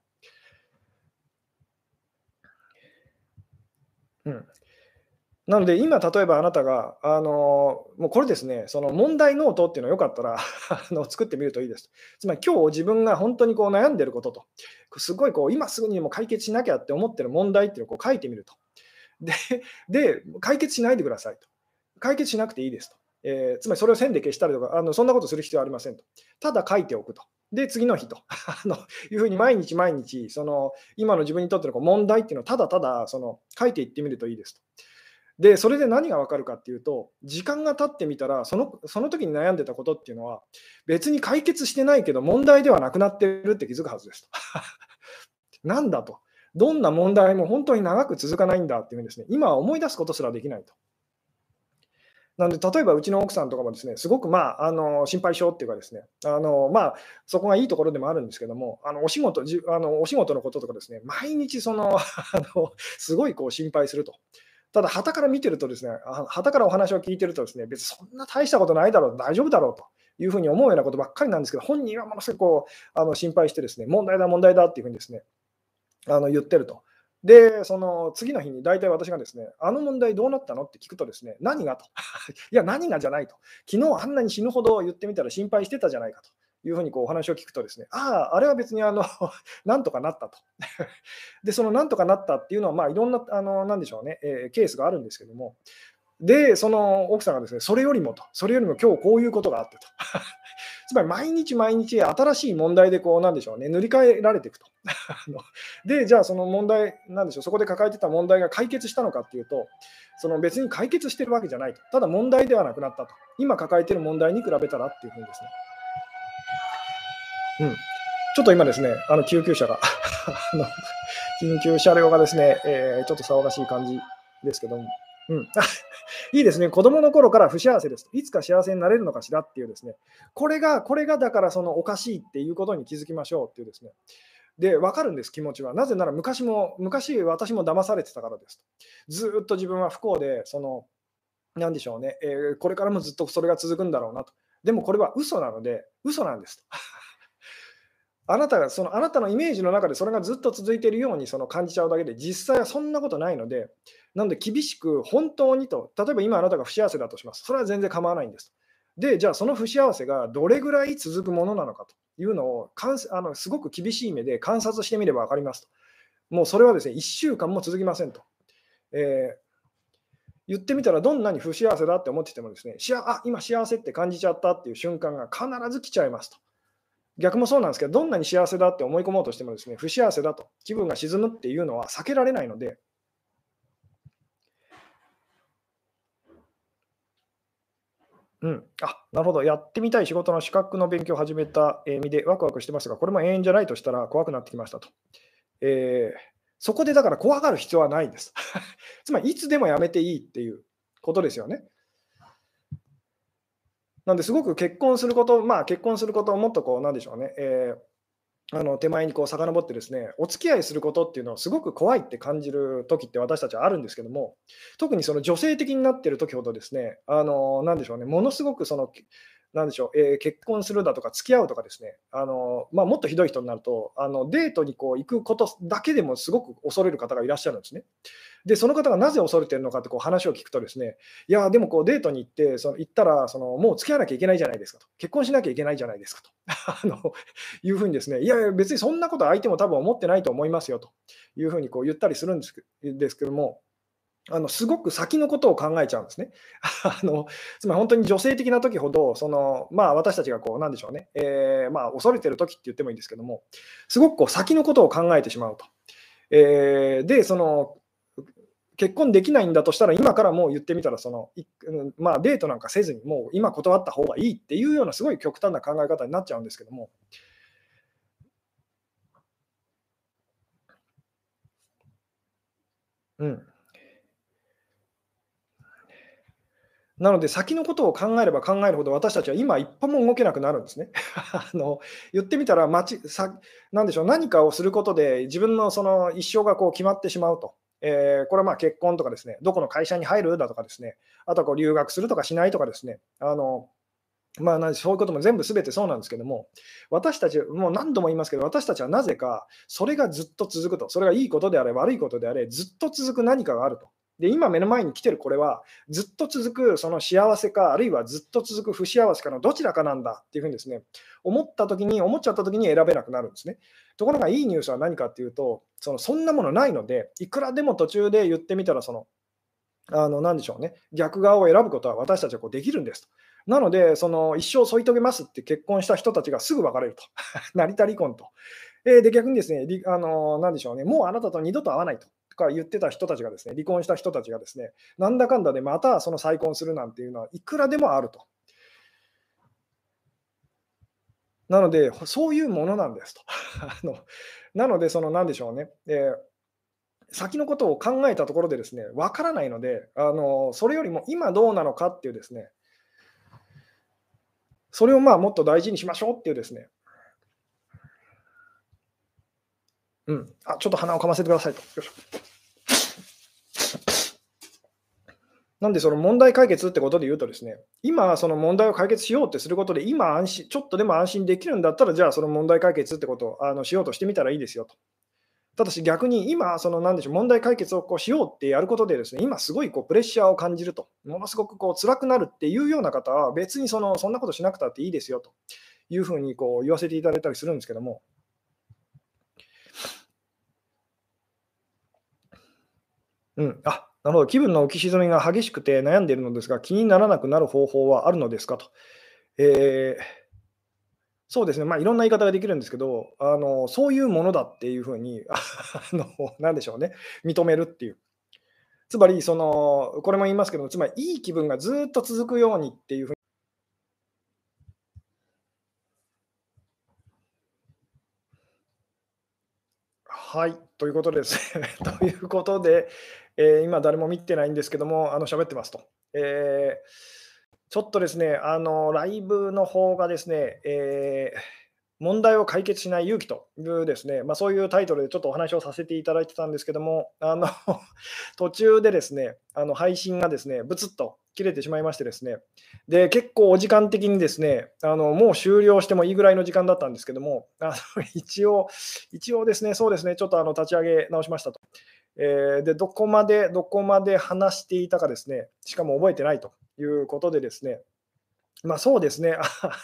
うん、なので、今、例えばあなたが、もうこれですね、その問題ノートっていうのをよかったら作ってみるといいです。つまり、今日自分が本当にこう悩んでることと、すごいこう今すぐにでも解決しなきゃって思ってる問題っていうのをこう書いてみると。で、解決しないでくださいと。解決しなくていいですと。つまりそれを線で消したりとか、そんなことする必要はありませんと。ただ書いておくと。で、次の日というふうに毎日毎日、今の自分にとってのこう問題っていうのをただただ書いていってみるといいですと。で、それで何がわかるかっていうと、時間が経ってみたら、その時に悩んでたことっていうのは、別に解決してないけど、問題ではなくなってるって気づくはずですと。なんだと。どんな問題も本当に長く続かないんだっていうんですね、今は思い出すことすらできないと。なので、例えばうちの奥さんとかもですね、すごく、心配性っていうかですね、そこがいいところでもあるんですけども、お仕事のこととかですね、毎日すごいこう心配すると。ただ、傍から見てるとですね、傍からお話を聞いてるとですね、別にそんな大したことないだろう、大丈夫だろうというふうに思うようなことばっかりなんですけど、本人はものすごくこう、心配してですね、問題だ問題だっていうふうにですね、言ってると。で、その次の日に大体私がですね、あの問題どうなったのって聞くとですね、何がと。いや、何がじゃないと。昨日あんなに死ぬほど言ってみたら心配してたじゃないかというふうにこうお話を聞くとですね、ああ、あれは別になんとかなったと。で、そのなんとかなったっていうのは、いろんな、なんでしょうね、ケースがあるんですけども、で、その奥さんがですね、それよりもと、それよりも今日こういうことがあってと。つまり毎日毎日新しい問題でこうなんでしょうね、塗り替えられていくと。で、じゃあその問題、なんでしょう、そこで抱えてた問題が解決したのかっていうと、その別に解決してるわけじゃないと。ただ問題ではなくなったと。今抱えている問題に比べたらっていうふうにですね。うん。ちょっと今ですね、救急車がの緊急車両がですね、ちょっと騒がしい感じですけども。うん。いいですね。子供の頃から不幸せですと。いつか幸せになれるのかしらっていうですね。これがだからそのおかしいっていうことに気づきましょうっていうですね。で、分かるんです、気持ちは。なぜなら昔私も騙されてたからですと。ずーっと自分は不幸で、なんでしょうね、これからもずっとそれが続くんだろうなと。でもこれは嘘なので、嘘なんですと。あなたのイメージの中でそれがずっと続いているように感じちゃうだけで、実際はそんなことないので、なので厳しく本当にと、例えば今あなたが不幸せだとします。それは全然構わないんです。で、じゃあその不幸せがどれぐらい続くものなのかというのをすごく厳しい目で観察してみれば分かりますと。もうそれはですね、1週間も続きませんと。えー言ってみたらどんなに不幸せだって思っててもですね、今幸せって感じちゃったっていう瞬間が必ず来ちゃいますと。逆もそうなんですけど、どんなに幸せだって思い込もうとしてもですね、不幸せだと、気分が沈むっていうのは避けられないので、うん、なるほど、やってみたい仕事の資格の勉強を始めた身でワクワクしてますが、これも永遠じゃないとしたら怖くなってきましたと。そこでだから怖がる必要はないんです。つまりいつでもやめていいっていうことですよね。なんですごく結婚することをもっとこうなんでしょうね、手前にこう遡ってですね、お付き合いすることっていうのをすごく怖いって感じる時って私たちはあるんですけども、特にその女性的になっている時ほどですね、なんでしょうね、ものすごくなんでしょう、結婚するだとか付き合うとかですね、もっとひどい人になると、デートにこう行くことだけでもすごく恐れる方がいらっしゃるんですね。で、その方がなぜ恐れてるのかってこう話を聞くとですね、いや、でもこうデートに行って、行ったら、もう付き合わなきゃいけないじゃないですかと、結婚しなきゃいけないじゃないですかというふうにですね、いやいや、別にそんなこと相手も多分思ってないと思いますよというふうにこう言ったりするんですけども、すごく先のことを考えちゃうんですね。つまり本当に女性的な時ほど、私たちがこうなんでしょうね、恐れてる時って言ってもいいんですけども、すごくこう先のことを考えてしまうと。で、結婚できないんだとしたら、今からもう言ってみたら、デートなんかせずに、もう今断った方がいいっていうようなすごい極端な考え方になっちゃうんですけども、うん。 なので、先のことを考えれば考えるほど、私たちは今一歩も動けなくなるんですね。言ってみたら、なんでしょう、何かをすることで、自分のその一生がこう決まってしまうと。これは結婚とかですね、どこの会社に入るだとかですね、あとはこう留学するとかしないとかですね、そういうことも全部すべてそうなんですけども、私たち、もう何度も言いますけど、私たちはなぜか、それがずっと続くと、それがいいことであれ、悪いことであれ、ずっと続く何かがあると。で、今目の前に来てるこれは、ずっと続くその幸せか、あるいはずっと続く不幸せかのどちらかなんだっていうふうにですね、思っちゃった時に選べなくなるんですね。ところがいいニュースは何かっていうと、そんなものないので、いくらでも途中で言ってみたら、なんでしょうね、逆側を選ぶことは私たちはこうできるんですと。なので、一生添い遂げますって結婚した人たちがすぐ別れると。成田離婚と。で、逆にですね、なんでしょうね、もうあなたと二度と会わないとか言ってた人たちがですね、離婚した人たちがですね、なんだかんだでまたその再婚するなんていうのはいくらでもあると。なので、そういうものなんですと。なので、なんでしょうね、先のことを考えたところでですね、わからないので、それよりも今どうなのかっていうですね、それをもっと大事にしましょうっていうですね、ちょっと鼻をかませてくださいと。よいしょ。なんでその問題解決ってことで言うとですね、今その問題を解決しようってすることで、今ちょっとでも安心できるんだったら、じゃあその問題解決ってことをしようとしてみたらいいですよと。ただし逆に今、なんでしょう、問題解決をこうしようってやることでですね、今すごいこうプレッシャーを感じると、ものすごくこう辛くなるっていうような方は、別にそんなことしなくたっていいですよというふうにこう言わせていただいたりするんですけども、なるほど、気分の浮き沈みが激しくて悩んでいるのですが、気にならなくなる方法はあるのですかと。えーそうですね、いろんな言い方ができるんですけど、そういうものだっていうふうに、なんでしょうね、認めるっていう。つまり、これも言いますけど、つまりいい気分がずっと続くようにっていうふうに。はい、ということですね。ということで、今誰も見てないんですけども、喋ってますと。ちょっとですね、ライブの方がですね、問題を解決しない勇気というですね、そういうタイトルでちょっとお話をさせていただいてたんですけども、途中でですね、配信がですね、ブツッと切れてしまいましてですね、で、結構お時間的にですね、もう終了してもいいぐらいの時間だったんですけども、一応ですね、そうですね、ちょっと立ち上げ直しましたと。で、どこまで話していたかですね、しかも覚えてないということでですね、そうですね、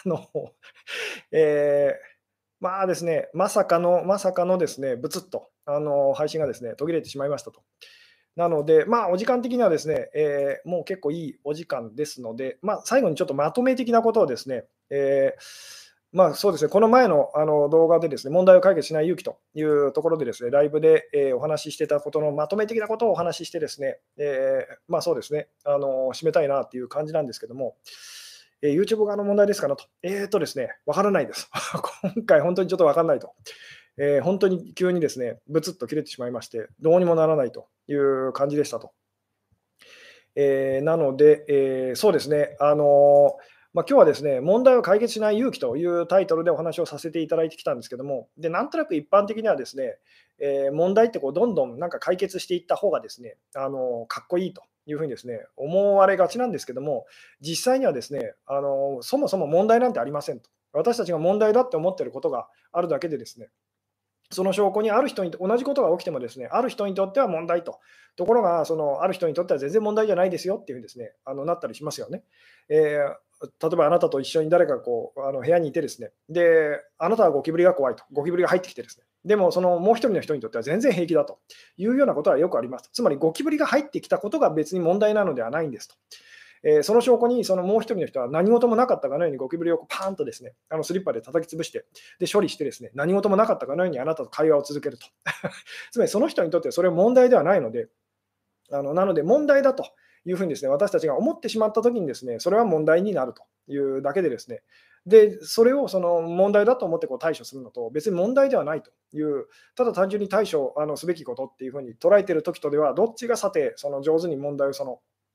えですね、まさかのですね、ブツッと配信がですね、途切れてしまいましたと。なので、お時間的にはですね、もう結構いいお時間ですので、最後にちょっとまとめ的なことをですね、そうですね、この前の動画でですね、問題を解決しない勇気というところでですね、ライブで、お話ししてたことのまとめ的なことをお話ししてですね、そうですね、締めたいなっていう感じなんですけども、YouTube 側の問題ですかなと。ですね、わからないです。今回本当にちょっとわかんないと。本当に急にですね、ブツッと切れてしまいまして、どうにもならないという感じでしたと。なので、そうですね、今日はですね、問題を解決しない勇気というタイトルでお話をさせていただいてきたんですけども、で、なんとなく一般的にはですね、問題ってこうどんどんなんか解決していった方がですね、かっこいいというふうにですね、思われがちなんですけども、実際にはですね、そもそも問題なんてありませんと。私たちが問題だって思っていることがあるだけでですね、その証拠にある人に同じことが起きてもですね、ある人にとっては問題と。ところが、ある人にとっては全然問題じゃないですよっていうふうにですね、なったりしますよね。例えばあなたと一緒に誰かこう部屋にいてですね、で、あなたはゴキブリが怖いと、ゴキブリが入ってきてですね、でもそのもう一人の人にとっては全然平気だというようなことはよくあります。つまりゴキブリが入ってきたことが別に問題なのではないんですと。その証拠に、そのもう一人の人は何事もなかったかのようにゴキブリをこうパーンとですね、スリッパで叩き潰して、で処理してですね、何事もなかったかのようにあなたと会話を続けると。つまりその人にとってはそれは問題ではないので、なので問題だというふうにですね、私たちが思ってしまったときにですね、それは問題になるというだけでですね、で、それをその問題だと思ってこう対処するのと、別に問題ではないという、ただ単純に対処すべきことっていうふうに捉えているときとでは、どっちがさて、その上手に問題を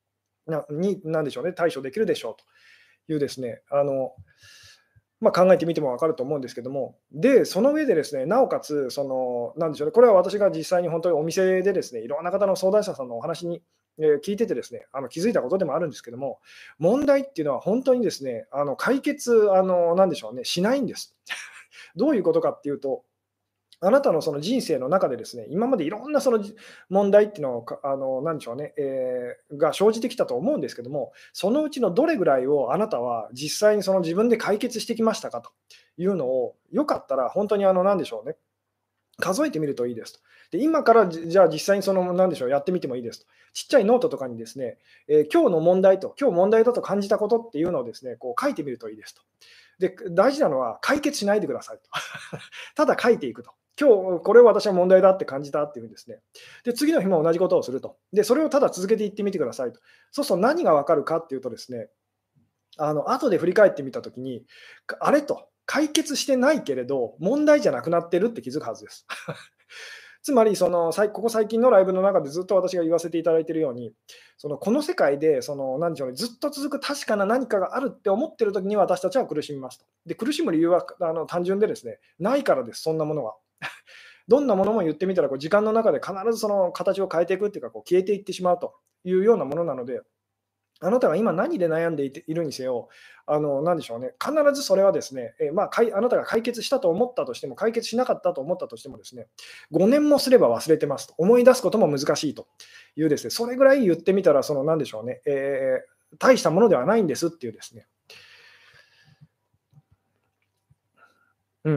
なんでしょうね、対処できるでしょうというですね、考えてみても分かると思うんですけども、で、その上でですね、なおかつ、なんでしょうね、これは私が実際に本当にお店でですね、いろんな方の相談者さんのお話に、聞いててですね、気づいたことでもあるんですけども、問題っていうのは本当にですね、解決、なんでしょうね、しないんです。どういうことかっていうと、あなたのその人生の中でですね、今までいろんな問題っていうのをなんでしょうね、が生じてきたと思うんですけども、そのうちのどれぐらいをあなたは実際にその自分で解決してきましたかというのを、よかったら本当になんでしょうね、数えてみるといいですと。で、今からじゃあ実際になんでしょう、やってみてもいいですと。ちっちゃいノートとかにですね、今日の問題と、今日問題だと感じたことっていうのをですね、こう書いてみるといいですと。で、大事なのは解決しないでくださいと。ただ書いていくと。今日これを私は問題だって感じたっていうふうにですね。で、次の日も同じことをすると。で、それをただ続けていってみてくださいと。そうすると何がわかるかっていうとですね、後で振り返ってみたときに、あれと、解決してないけれど、問題じゃなくなってるって気づくはずです。つまりここ最近のライブの中でずっと私が言わせていただいているように、この世界でなんでしょうね、ずっと続く確かな何かがあるって思ってる時に私たちは苦しみますと。で、苦しむ理由は単純でですね、ないからです、そんなものは。どんなものも言ってみたら時間の中で必ずその形を変えていくっていうか、消えていってしまうというようなものなので、あなたが今何で悩んでいるにせよ、なんでしょうね、必ずそれはですね、あなたが解決したと思ったとしても、解決しなかったと思ったとしてもですね、5年もすれば忘れてますと、思い出すことも難しいというですね、それぐらい言ってみたら、なんでしょうね、大したものではないんですっていうですね。うん。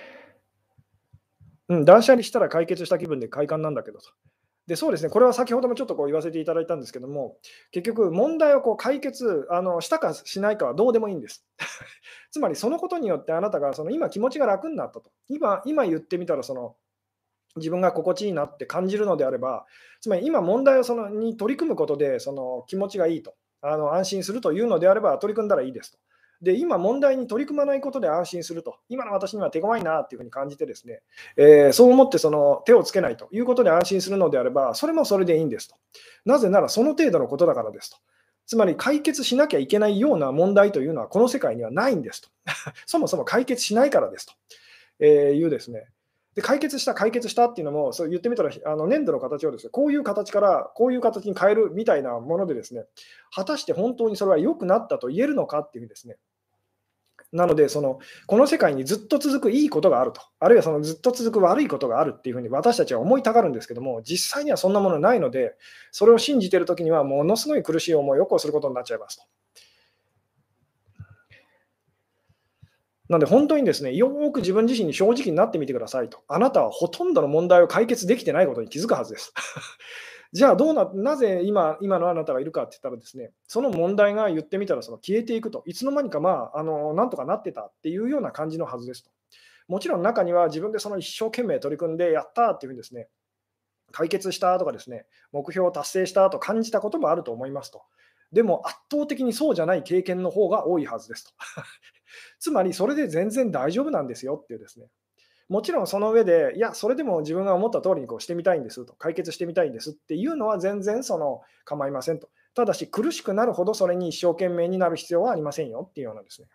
うん、断捨離したら解決した気分で快感なんだけどと。で、そうですね、これは先ほどもちょっと言わせていただいたんですけども、結局問題を解決したかしないかはどうでもいいんです。つまりそのことによってあなたが今気持ちが楽になったと。今言ってみたら自分が心地いいなって感じるのであれば、つまり今問題をに取り組むことで気持ちがいいと、安心するというのであれば取り組んだらいいですと。で、今問題に取り組まないことで安心すると、今の私には手強いなっていうふうに感じてですね、そう思って手をつけないということで安心するのであれば、それもそれでいいんですと。なぜならその程度のことだからですと。つまり解決しなきゃいけないような問題というのはこの世界にはないんですと。そもそも解決しないからですと、いうですね。で、解決したっていうのも、そう言ってみたら、粘土の形をですね、こういう形からこういう形に変えるみたいなものでですね、果たして本当にそれは良くなったと言えるのかっていうですね。なので、この世界にずっと続くいいことがあると、あるいはずっと続く悪いことがあるっていうふうに私たちは思いたがるんですけども、実際にはそんなものないので、それを信じているときには、ものすごい苦しい思いをすることになっちゃいますと。なので本当にですね、よーく自分自身に正直になってみてくださいと。あなたはほとんどの問題を解決できてないことに気づくはずです。じゃあなぜ今のあなたがいるかって言ったらですね、その問題が言ってみたら消えていくと、いつの間にかなんとかなってたっていうような感じのはずですと。もちろん中には自分で一生懸命取り組んでやったっていうふうにですね、解決したとかですね、目標を達成したと感じたこともあると思いますと。でも圧倒的にそうじゃない経験の方が多いはずですと。つまりそれで全然大丈夫なんですよっていうですね。もちろんその上で、いや、それでも自分が思った通りにしてみたいんですと、解決してみたいんですっていうのは全然構いませんと。ただし苦しくなるほどそれに一生懸命になる必要はありませんよっていうようなですね。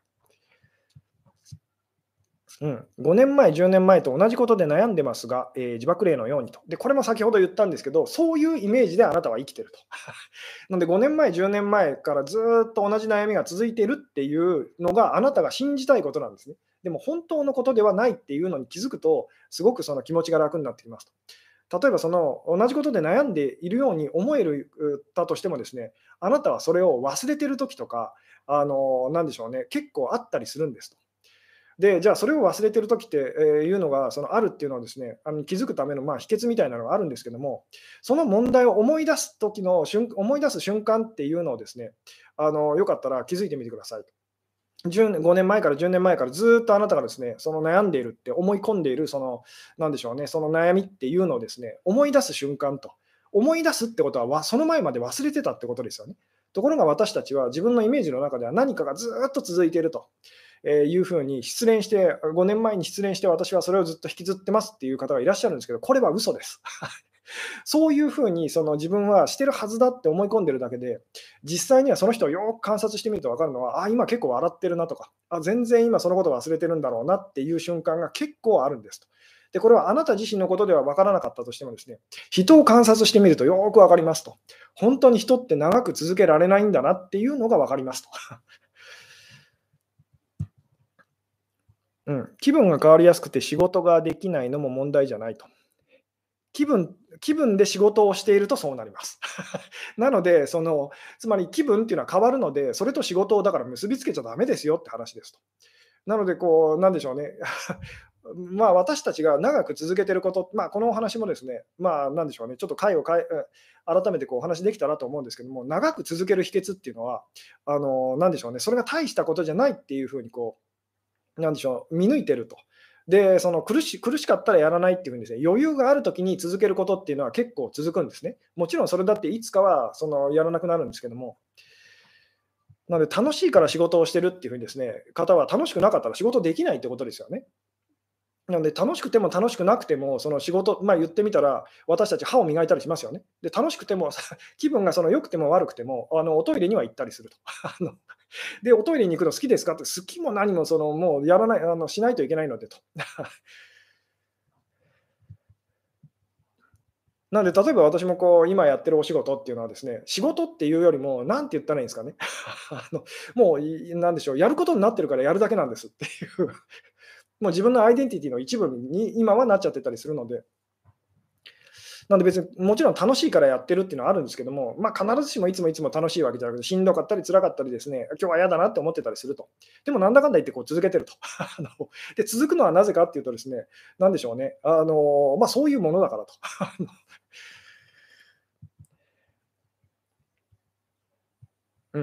うん、5年前、10年前と同じことで悩んでますが、自爆霊のようにと。で、これも先ほど言ったんですけど、そういうイメージであなたは生きてると。なので5年前、10年前からずっと同じ悩みが続いているっていうのがあなたが信じたいことなんですね。でも本当のことではないっていうのに気づくと、すごく気持ちが楽になってきますと。例えば同じことで悩んでいるように思えるたとしてもですね、あなたはそれを忘れてる時とか、なんでしょうね、結構あったりするんですと。で、じゃあそれを忘れてる時っていうのがあるっていうのはですね、気づくための秘訣みたいなのがあるんですけども、その問題を思い出す瞬間っていうのをですね、よかったら気づいてみてください。5年前から10年前からずっとあなたがですね、悩んでいるって思い込んでいるなんでしょうね、その悩みっていうのをですね、思い出す瞬間と。思い出すってことは、その前まで忘れてたってことですよね。ところが私たちは自分のイメージの中では何かがずっと続いていると。いうふうに5年前に失恋して私はそれをずっと引きずってますっていう方がいらっしゃるんですけど、これは嘘です。 そういうふうにその自分はしてるはずだって思い込んでるだけで、実際にはその人をよく観察してみると分かるのは、あ、今結構笑ってるなとか、あ、全然今そのこと忘れてるんだろうなっていう瞬間が結構あるんですと。で、これはあなた自身のことでは分からなかったとしてもですね、人を観察してみるとよく分かりますと。本当に人って長く続けられないんだなっていうのが分かりますと。うん、気分が変わりやすくて仕事ができないのも問題じゃないと。気分で仕事をしているとそうなります。なので、つまり気分っていうのは変わるので、それと仕事をだから結びつけちゃだめですよって話ですと。なので、なんでしょうね。私たちが長く続けていること、このお話もですね、なんでしょうね、ちょっと回を改めてお話できたらと思うんですけども、長く続ける秘訣っていうのは、なんでしょうね、それが大したことじゃないっていうふうになんでしょう、見抜いてると。で、その苦しかったらやらないっていうふうにですね、余裕があるときに続けることっていうのは結構続くんですね。もちろんそれだっていつかはやらなくなるんですけども、なので楽しいから仕事をしてるっていうふうにですね、方は楽しくなかったら仕事できないってことですよね。なので楽しくても楽しくなくても、その仕事、言ってみたら、私たち歯を磨いたりしますよね。で、楽しくても、気分が良くても悪くても、おトイレには行ったりすると。で、おトイレに行くの好きですかって、好きも何ももうやらない、しないといけないのでと。なので、例えば私も今やってるお仕事っていうのはですね、仕事っていうよりも、なんて言ったらいいんですかね。もう、なんでしょう、やることになってるからやるだけなんですっていう、もう自分のアイデンティティの一部に今はなっちゃってたりするので、なんで別にもちろん楽しいからやってるっていうのはあるんですけども、必ずしもいつもいつも楽しいわけじゃなくて、しんどかったり辛かったりですね、今日は嫌だなって思ってたりすると。でもなんだかんだ言って続けてると。で、続くのはなぜかっていうとですね、なんでしょうね、そういうものだからと。うん。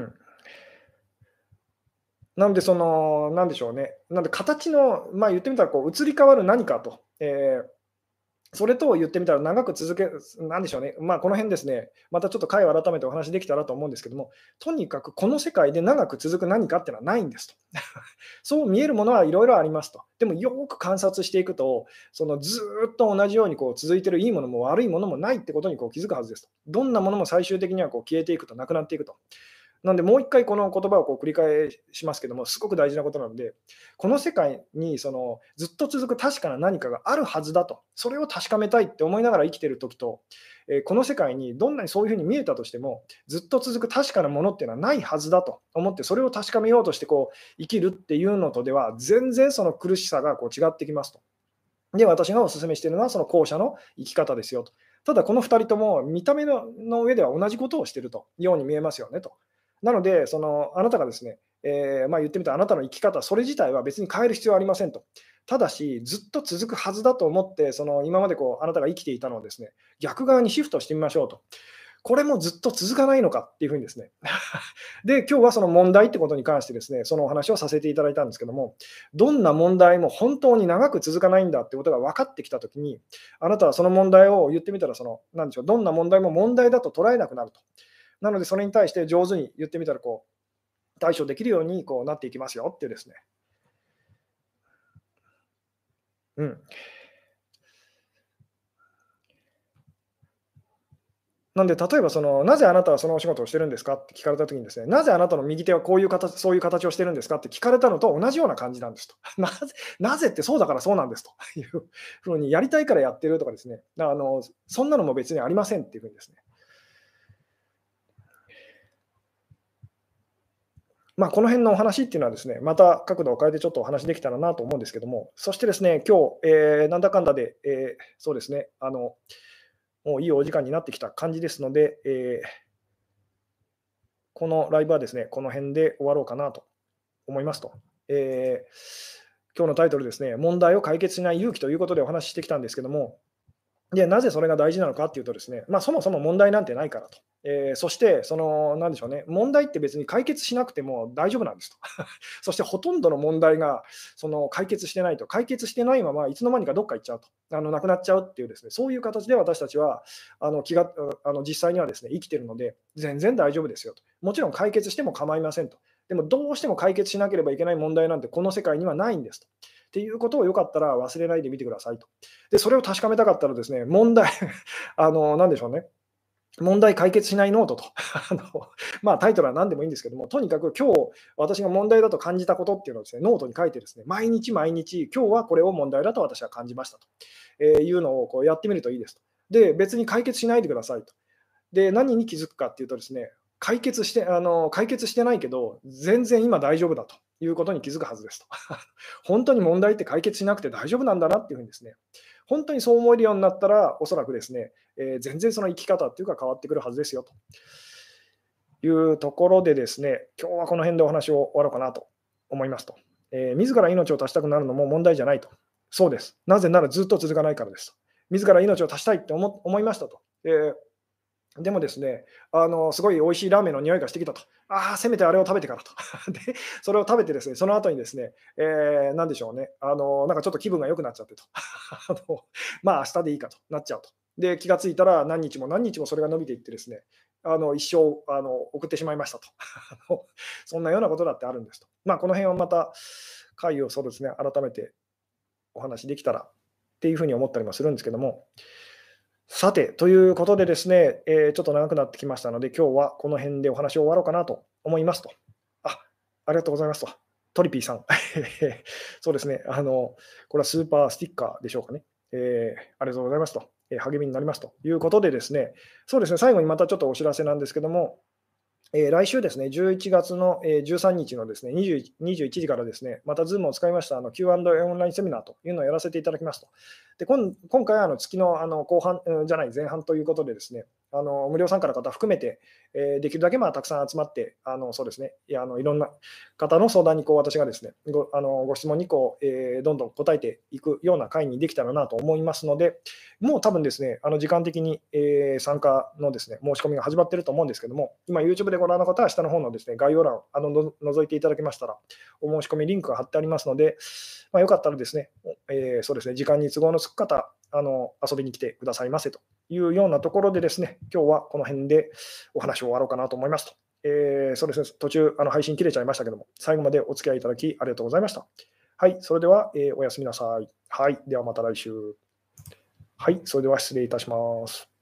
なのでなんでしょうね、なんで形の、言ってみたら移り変わる何かと。それと言ってみたら長く続けなんでしょうね、この辺ですね、またちょっと回を改めてお話できたらと思うんですけども、とにかくこの世界で長く続く何かっていうのはないんですと。そう見えるものはいろいろありますと。でもよく観察していくと、ずーっと同じように続いているいいものも悪いものもないってことに気づくはずですと。どんなものも最終的には消えていくと、なくなっていくと。なんで、もう一回この言葉を繰り返しますけども、すごく大事なことなので、この世界にずっと続く確かな何かがあるはずだと、それを確かめたいって思いながら生きている時と、この世界にどんなにそういうふうに見えたとしても、ずっと続く確かなものっていうのはないはずだと思って、それを確かめようとして生きるっていうのとでは、全然その苦しさが違ってきますと。で、私がお勧めしているのは、その後者の生き方ですよと。ただ、この2人とも見た目の上では同じことをしているとように見えますよねと。なので、あなたがですね、言ってみたらあなたの生き方、それ自体は別に変える必要はありませんと。ただし、ずっと続くはずだと思って、今まであなたが生きていたのをですね、逆側にシフトしてみましょうと。これもずっと続かないのかっていうふうにですね。で、今日はその問題ってことに関してですね、そのお話をさせていただいたんですけども、どんな問題も本当に長く続かないんだってことが分かってきたときに、あなたはその問題を言ってみたら、なんでしょう、どんな問題も問題だと捉えなくなると。なので、それに対して上手に言ってみたら、対処できるようになっていきますよっていうですね。うん。なんで、例えばなぜあなたはそのお仕事をしてるんですかって聞かれたときにですね、なぜあなたの右手はこういう形、そういう形をしてるんですかって聞かれたのと同じような感じなんですと。なぜってそうだからそうなんですというふうに、やりたいからやってるとかですね、そんなのも別にありませんっていうふうにですね。この辺のお話っていうのはですね、また角度を変えてちょっとお話できたらなと思うんですけども、そしてですね、今日、なんだかんだで、そうですね、もういいお時間になってきた感じですので、このライブはですね、この辺で終わろうかなと思いますと。今日のタイトルですね、問題を解決しない勇気ということでお話ししてきたんですけども、で、なぜそれが大事なのかっていうとですね、そもそも問題なんてないからと。そして、なんでしょうね、問題って別に解決しなくても大丈夫なんですと。そしてほとんどの問題が解決してないと、解決してないままいつの間にかどっか行っちゃうと、なくなっちゃうっていうですね、そういう形で私たちは実際にはですね、生きてるので、全然大丈夫ですよと。もちろん解決しても構いませんと。 でもどうしても解決しなければいけない問題なんてこの世界にはないんですと。っていうことをよかったら忘れないでみてくださいと。で、それを確かめたかったらですね、問題なんでしょうね。問題解決しないノートとタイトルは何でもいいんですけども、とにかく今日私が問題だと感じたことっていうのをですね、ノートに書いてですね、毎日毎日、今日はこれを問題だと私は感じましたと、いうのをこうやってみるといいですと。で、別に解決しないでくださいと。で、何に気づくかっていうとですね、解決してないけど、全然今大丈夫だということに気づくはずですと。本当に問題って解決しなくて大丈夫なんだなっていうふうにですね、本当にそう思えるようになったら、おそらくですね、全然その生き方っていうか変わってくるはずですよというところでですね、今日はこの辺でお話を終わろうかなと思いますと。自ら命を絶ちたくなるのも問題じゃないと。そうです。なぜならずっと続かないからですと。自ら命を絶ちたいって思いましたと。でもですね、すごい美味しいラーメンの匂いがしてきたと。ああ、せめてあれを食べてからと。で、それを食べてですね、その後にですね、なんでしょうね、なんかちょっと気分が良くなっちゃってと。明日でいいかとなっちゃうと。で、気がついたら何日も何日もそれが伸びていってですね、一生送ってしまいましたと。そんなようなことだってあるんですと。この辺はまた回をそうですね、改めてお話できたらっていうふうに思ったりもするんですけども、さて、ということでですね、ちょっと長くなってきましたので、今日はこの辺でお話を終わろうかなと思いますと。ありがとうございますと。トリピーさん。そうですね、これはスーパースティッカーでしょうかね。ありがとうございますと。励みになりますということでですね、そうですね、最後にまたちょっとお知らせなんですけども、来週ですね、11月の13日のですね、21時からですね、また Zoom を使いましたQ&A オンラインセミナーというのをやらせていただきますと。で、今回は月の後半、じゃない、前半ということでですね、無料参加の方含めて、できるだけたくさん集まって、そうですね、いろんな方の相談に私がですね、ご質問にどんどん答えていくような会にできたらなと思いますので、もう多分ですね、時間的に、参加のですね、申し込みが始まっていると思うんですけども、今 YouTube でご覧の方は下の方のですね、概要欄覗いていただけましたら、お申し込みリンクが貼ってありますので、よかったらですね、そうですね、時間に都合のつく方、遊びに来てくださいませというようなところでですね、今日はこの辺でお話を終わろうかなと思いますと。そうですね、途中配信切れちゃいましたけども、最後までお付き合いいただきありがとうございました。はい、それでは、おやすみなさい。はい、ではまた来週。はい、それでは失礼いたします。